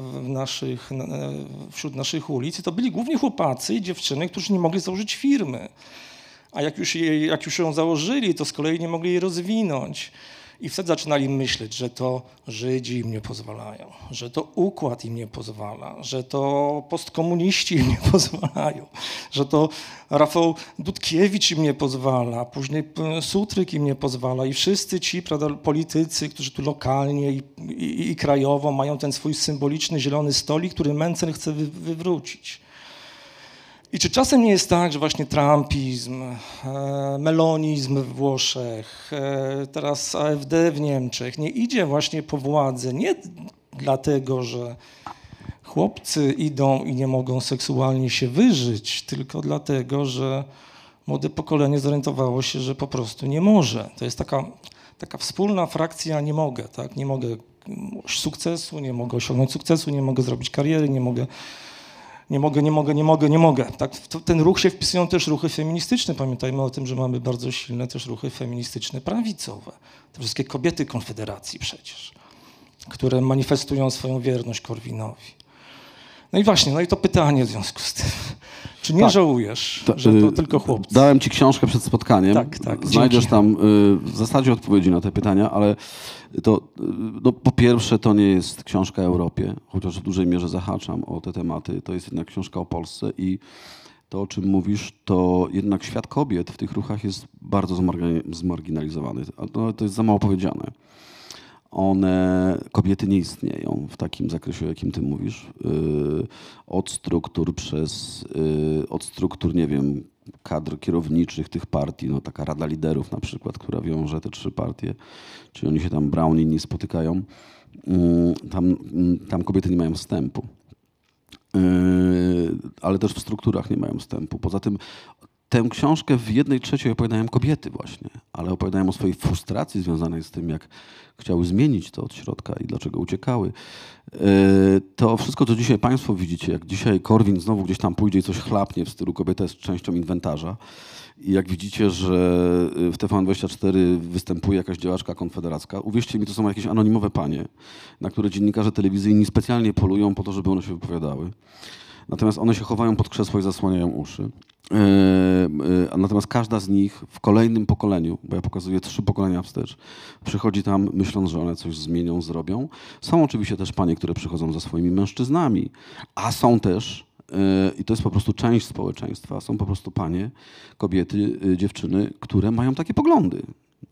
wśród naszych ulic. I to byli głównie chłopacy i dziewczyny, którzy nie mogli założyć firmy. A jak już ją założyli, to z kolei nie mogli jej rozwinąć. I wtedy zaczynali myśleć, że to Żydzi im nie pozwalają, że to układ im nie pozwala, że to postkomuniści im nie pozwalają, że to Rafał Dudkiewicz im nie pozwala, później Sutryk im nie pozwala i wszyscy ci politycy, którzy tu lokalnie i krajowo mają ten swój symboliczny zielony stolik, który Mencen chce wywrócić. I czy czasem nie jest tak, że właśnie trumpizm, melonizm we Włoszech, teraz AfD w Niemczech nie idzie właśnie po władzę nie dlatego, że chłopcy idą i nie mogą seksualnie się wyżyć, tylko dlatego, że młode pokolenie zorientowało się, że po prostu nie może. To jest taka wspólna frakcja nie mogę, tak? Nie mogę sukcesu, nie mogę osiągnąć sukcesu, nie mogę zrobić kariery, nie mogę. Tak, w ten ruch się wpisują też ruchy feministyczne. Pamiętajmy o tym, że mamy bardzo silne też ruchy feministyczne prawicowe. Te wszystkie kobiety Konfederacji przecież, które manifestują swoją wierność Korwinowi. No i właśnie, no i to pytanie w związku z tym. Czy nie żałujesz, że to tylko chłopcy? Dałem ci książkę przed spotkaniem. Tak. Znajdziesz Dzięki. tam w zasadzie odpowiedzi na te pytania, ale to no, po pierwsze to nie jest książka o Europie, chociaż w dużej mierze zahaczam o te tematy. To jest jednak książka o Polsce i to, o czym mówisz, to jednak świat kobiet w tych ruchach jest bardzo zmarginalizowany. To jest za mało powiedziane. Kobiety nie istnieją w takim zakresie, o jakim ty mówisz. Od struktur, nie wiem, kadr kierowniczych tych partii, no taka Rada Liderów na przykład, która wiąże te 3 partie, czyli oni się tam Brown i inni spotykają, tam kobiety nie mają wstępu. Ale też w strukturach nie mają wstępu. Poza tym tę książkę w 1/3 opowiadają kobiety właśnie, ale opowiadają o swojej frustracji związanej z tym, jak chciały zmienić to od środka i dlaczego uciekały. To wszystko, co dzisiaj państwo widzicie, jak dzisiaj Korwin znowu gdzieś tam pójdzie i coś chlapnie w stylu kobieta jest częścią inwentarza i jak widzicie, że w TVN24 występuje jakaś działaczka konfederacka, uwierzcie mi, to są jakieś anonimowe panie, na które dziennikarze telewizyjni specjalnie polują po to, żeby one się wypowiadały. Natomiast one się chowają pod krzesło i zasłaniają uszy. Natomiast każda z nich w kolejnym pokoleniu, bo ja pokazuję 3 pokolenia wstecz, przychodzi tam myśląc, że one coś zmienią, zrobią. Są oczywiście też panie, które przychodzą za swoimi mężczyznami, a są też, i to jest po prostu część społeczeństwa, są po prostu panie, kobiety, dziewczyny, które mają takie poglądy.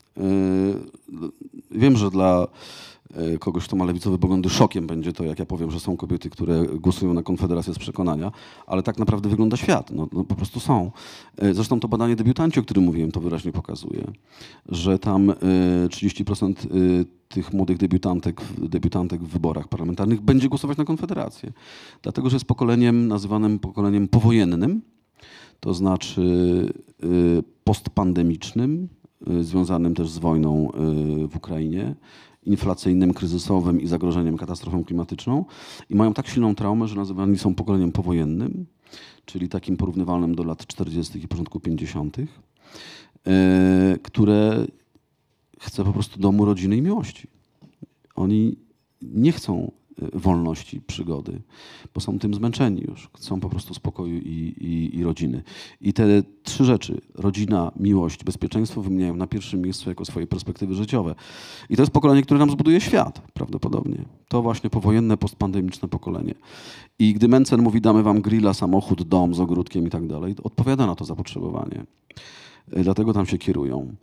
Wiem, że dla kogoś, kto ma lewicowe poglądy, szokiem będzie to, jak ja powiem, że są kobiety, które głosują na Konfederację z przekonania, ale tak naprawdę wygląda świat. No po prostu są. Zresztą to badanie debiutanci, o którym mówiłem, to wyraźnie pokazuje, że tam 30% tych młodych debiutantek w wyborach parlamentarnych będzie głosować na Konfederację. Dlatego, że jest pokoleniem nazywanym pokoleniem powojennym, to znaczy postpandemicznym, związanym też z wojną w Ukrainie, inflacyjnym, kryzysowym i zagrożeniem katastrofą klimatyczną i mają tak silną traumę, że nazywani są pokoleniem powojennym, czyli takim porównywalnym do lat 40. i początku 50., które chce po prostu domu, rodziny i miłości. Oni nie chcą wolności, przygody, bo są tym zmęczeni już. Chcą po prostu spokoju i rodziny. I te 3 rzeczy, rodzina, miłość, bezpieczeństwo, wymieniają na pierwszym miejscu jako swoje perspektywy życiowe. I to jest pokolenie, które nam zbuduje świat prawdopodobnie. To właśnie powojenne, postpandemiczne pokolenie. I gdy Mencen mówi, damy wam grilla, samochód, dom z ogródkiem i tak dalej, odpowiada na to zapotrzebowanie. Dlatego tam się kierują.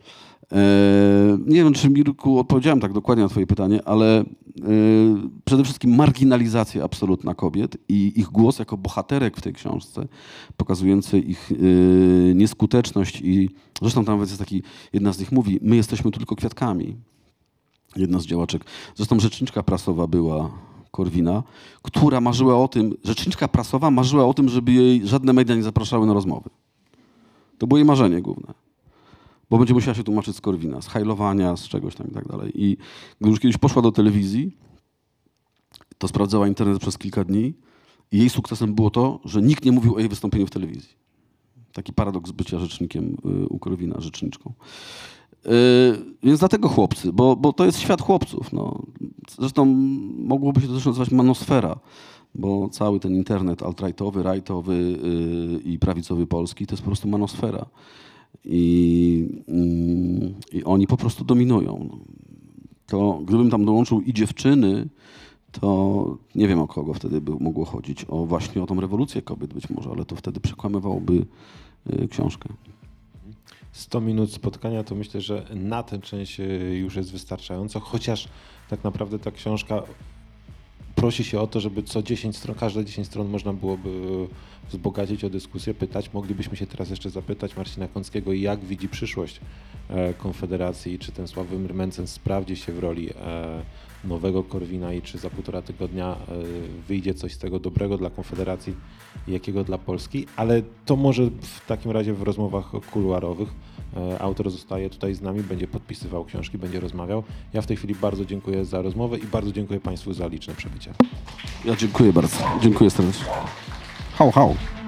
Nie wiem, czy Mirku odpowiedziałem tak dokładnie na twoje pytanie, ale przede wszystkim marginalizacja absolutna kobiet i ich głos jako bohaterek w tej książce, pokazujący ich nieskuteczność i zresztą tam nawet jest taki, jedna z nich mówi, my jesteśmy tylko kwiatkami. Jedna z działaczek. Zresztą rzeczniczka prasowa była Korwina, która marzyła o tym, rzeczniczka prasowa marzyła o tym, żeby jej żadne media nie zapraszały na rozmowy. To było jej marzenie główne. Bo będzie musiała się tłumaczyć z Korwina, z hajlowania, z czegoś tam i tak dalej. I gdy już kiedyś poszła do telewizji, to sprawdzała internet przez kilka dni i jej sukcesem było to, że nikt nie mówił o jej wystąpieniu w telewizji. Taki paradoks bycia rzecznikiem u Korwina, rzeczniczką. Więc dlatego chłopcy, bo to jest świat chłopców. No. Zresztą mogłoby się to też nazywać manosfera, bo cały ten internet alt-rightowy, rightowy i prawicowy polski to jest po prostu manosfera. I oni po prostu dominują. To gdybym tam dołączył i dziewczyny, to nie wiem o kogo wtedy by mogło chodzić. Właśnie o tą rewolucję kobiet być może, ale to wtedy przekłamywałoby książkę. 100 minut spotkania to myślę, że na tę część już jest wystarczająco, chociaż tak naprawdę ta książka prosi się o to, żeby co 10 stron, każde 10 stron można byłoby wzbogacić o dyskusję, pytać. Moglibyśmy się teraz jeszcze zapytać Marcina Kąckiego, jak widzi przyszłość Konfederacji, czy ten Sławomir Mencen sprawdzi się w roli nowego Korwina i czy za 1,5 tygodnia wyjdzie coś z tego dobrego dla Konfederacji i jakiego dla Polski, ale to może w takim razie w rozmowach kuluarowych. Autor zostaje tutaj z nami, będzie podpisywał książki, będzie rozmawiał. Ja w tej chwili bardzo dziękuję za rozmowę i bardzo dziękuję Państwu za liczne przebycie. Ja dziękuję bardzo. Dziękuję serdecznie. Hał, hał.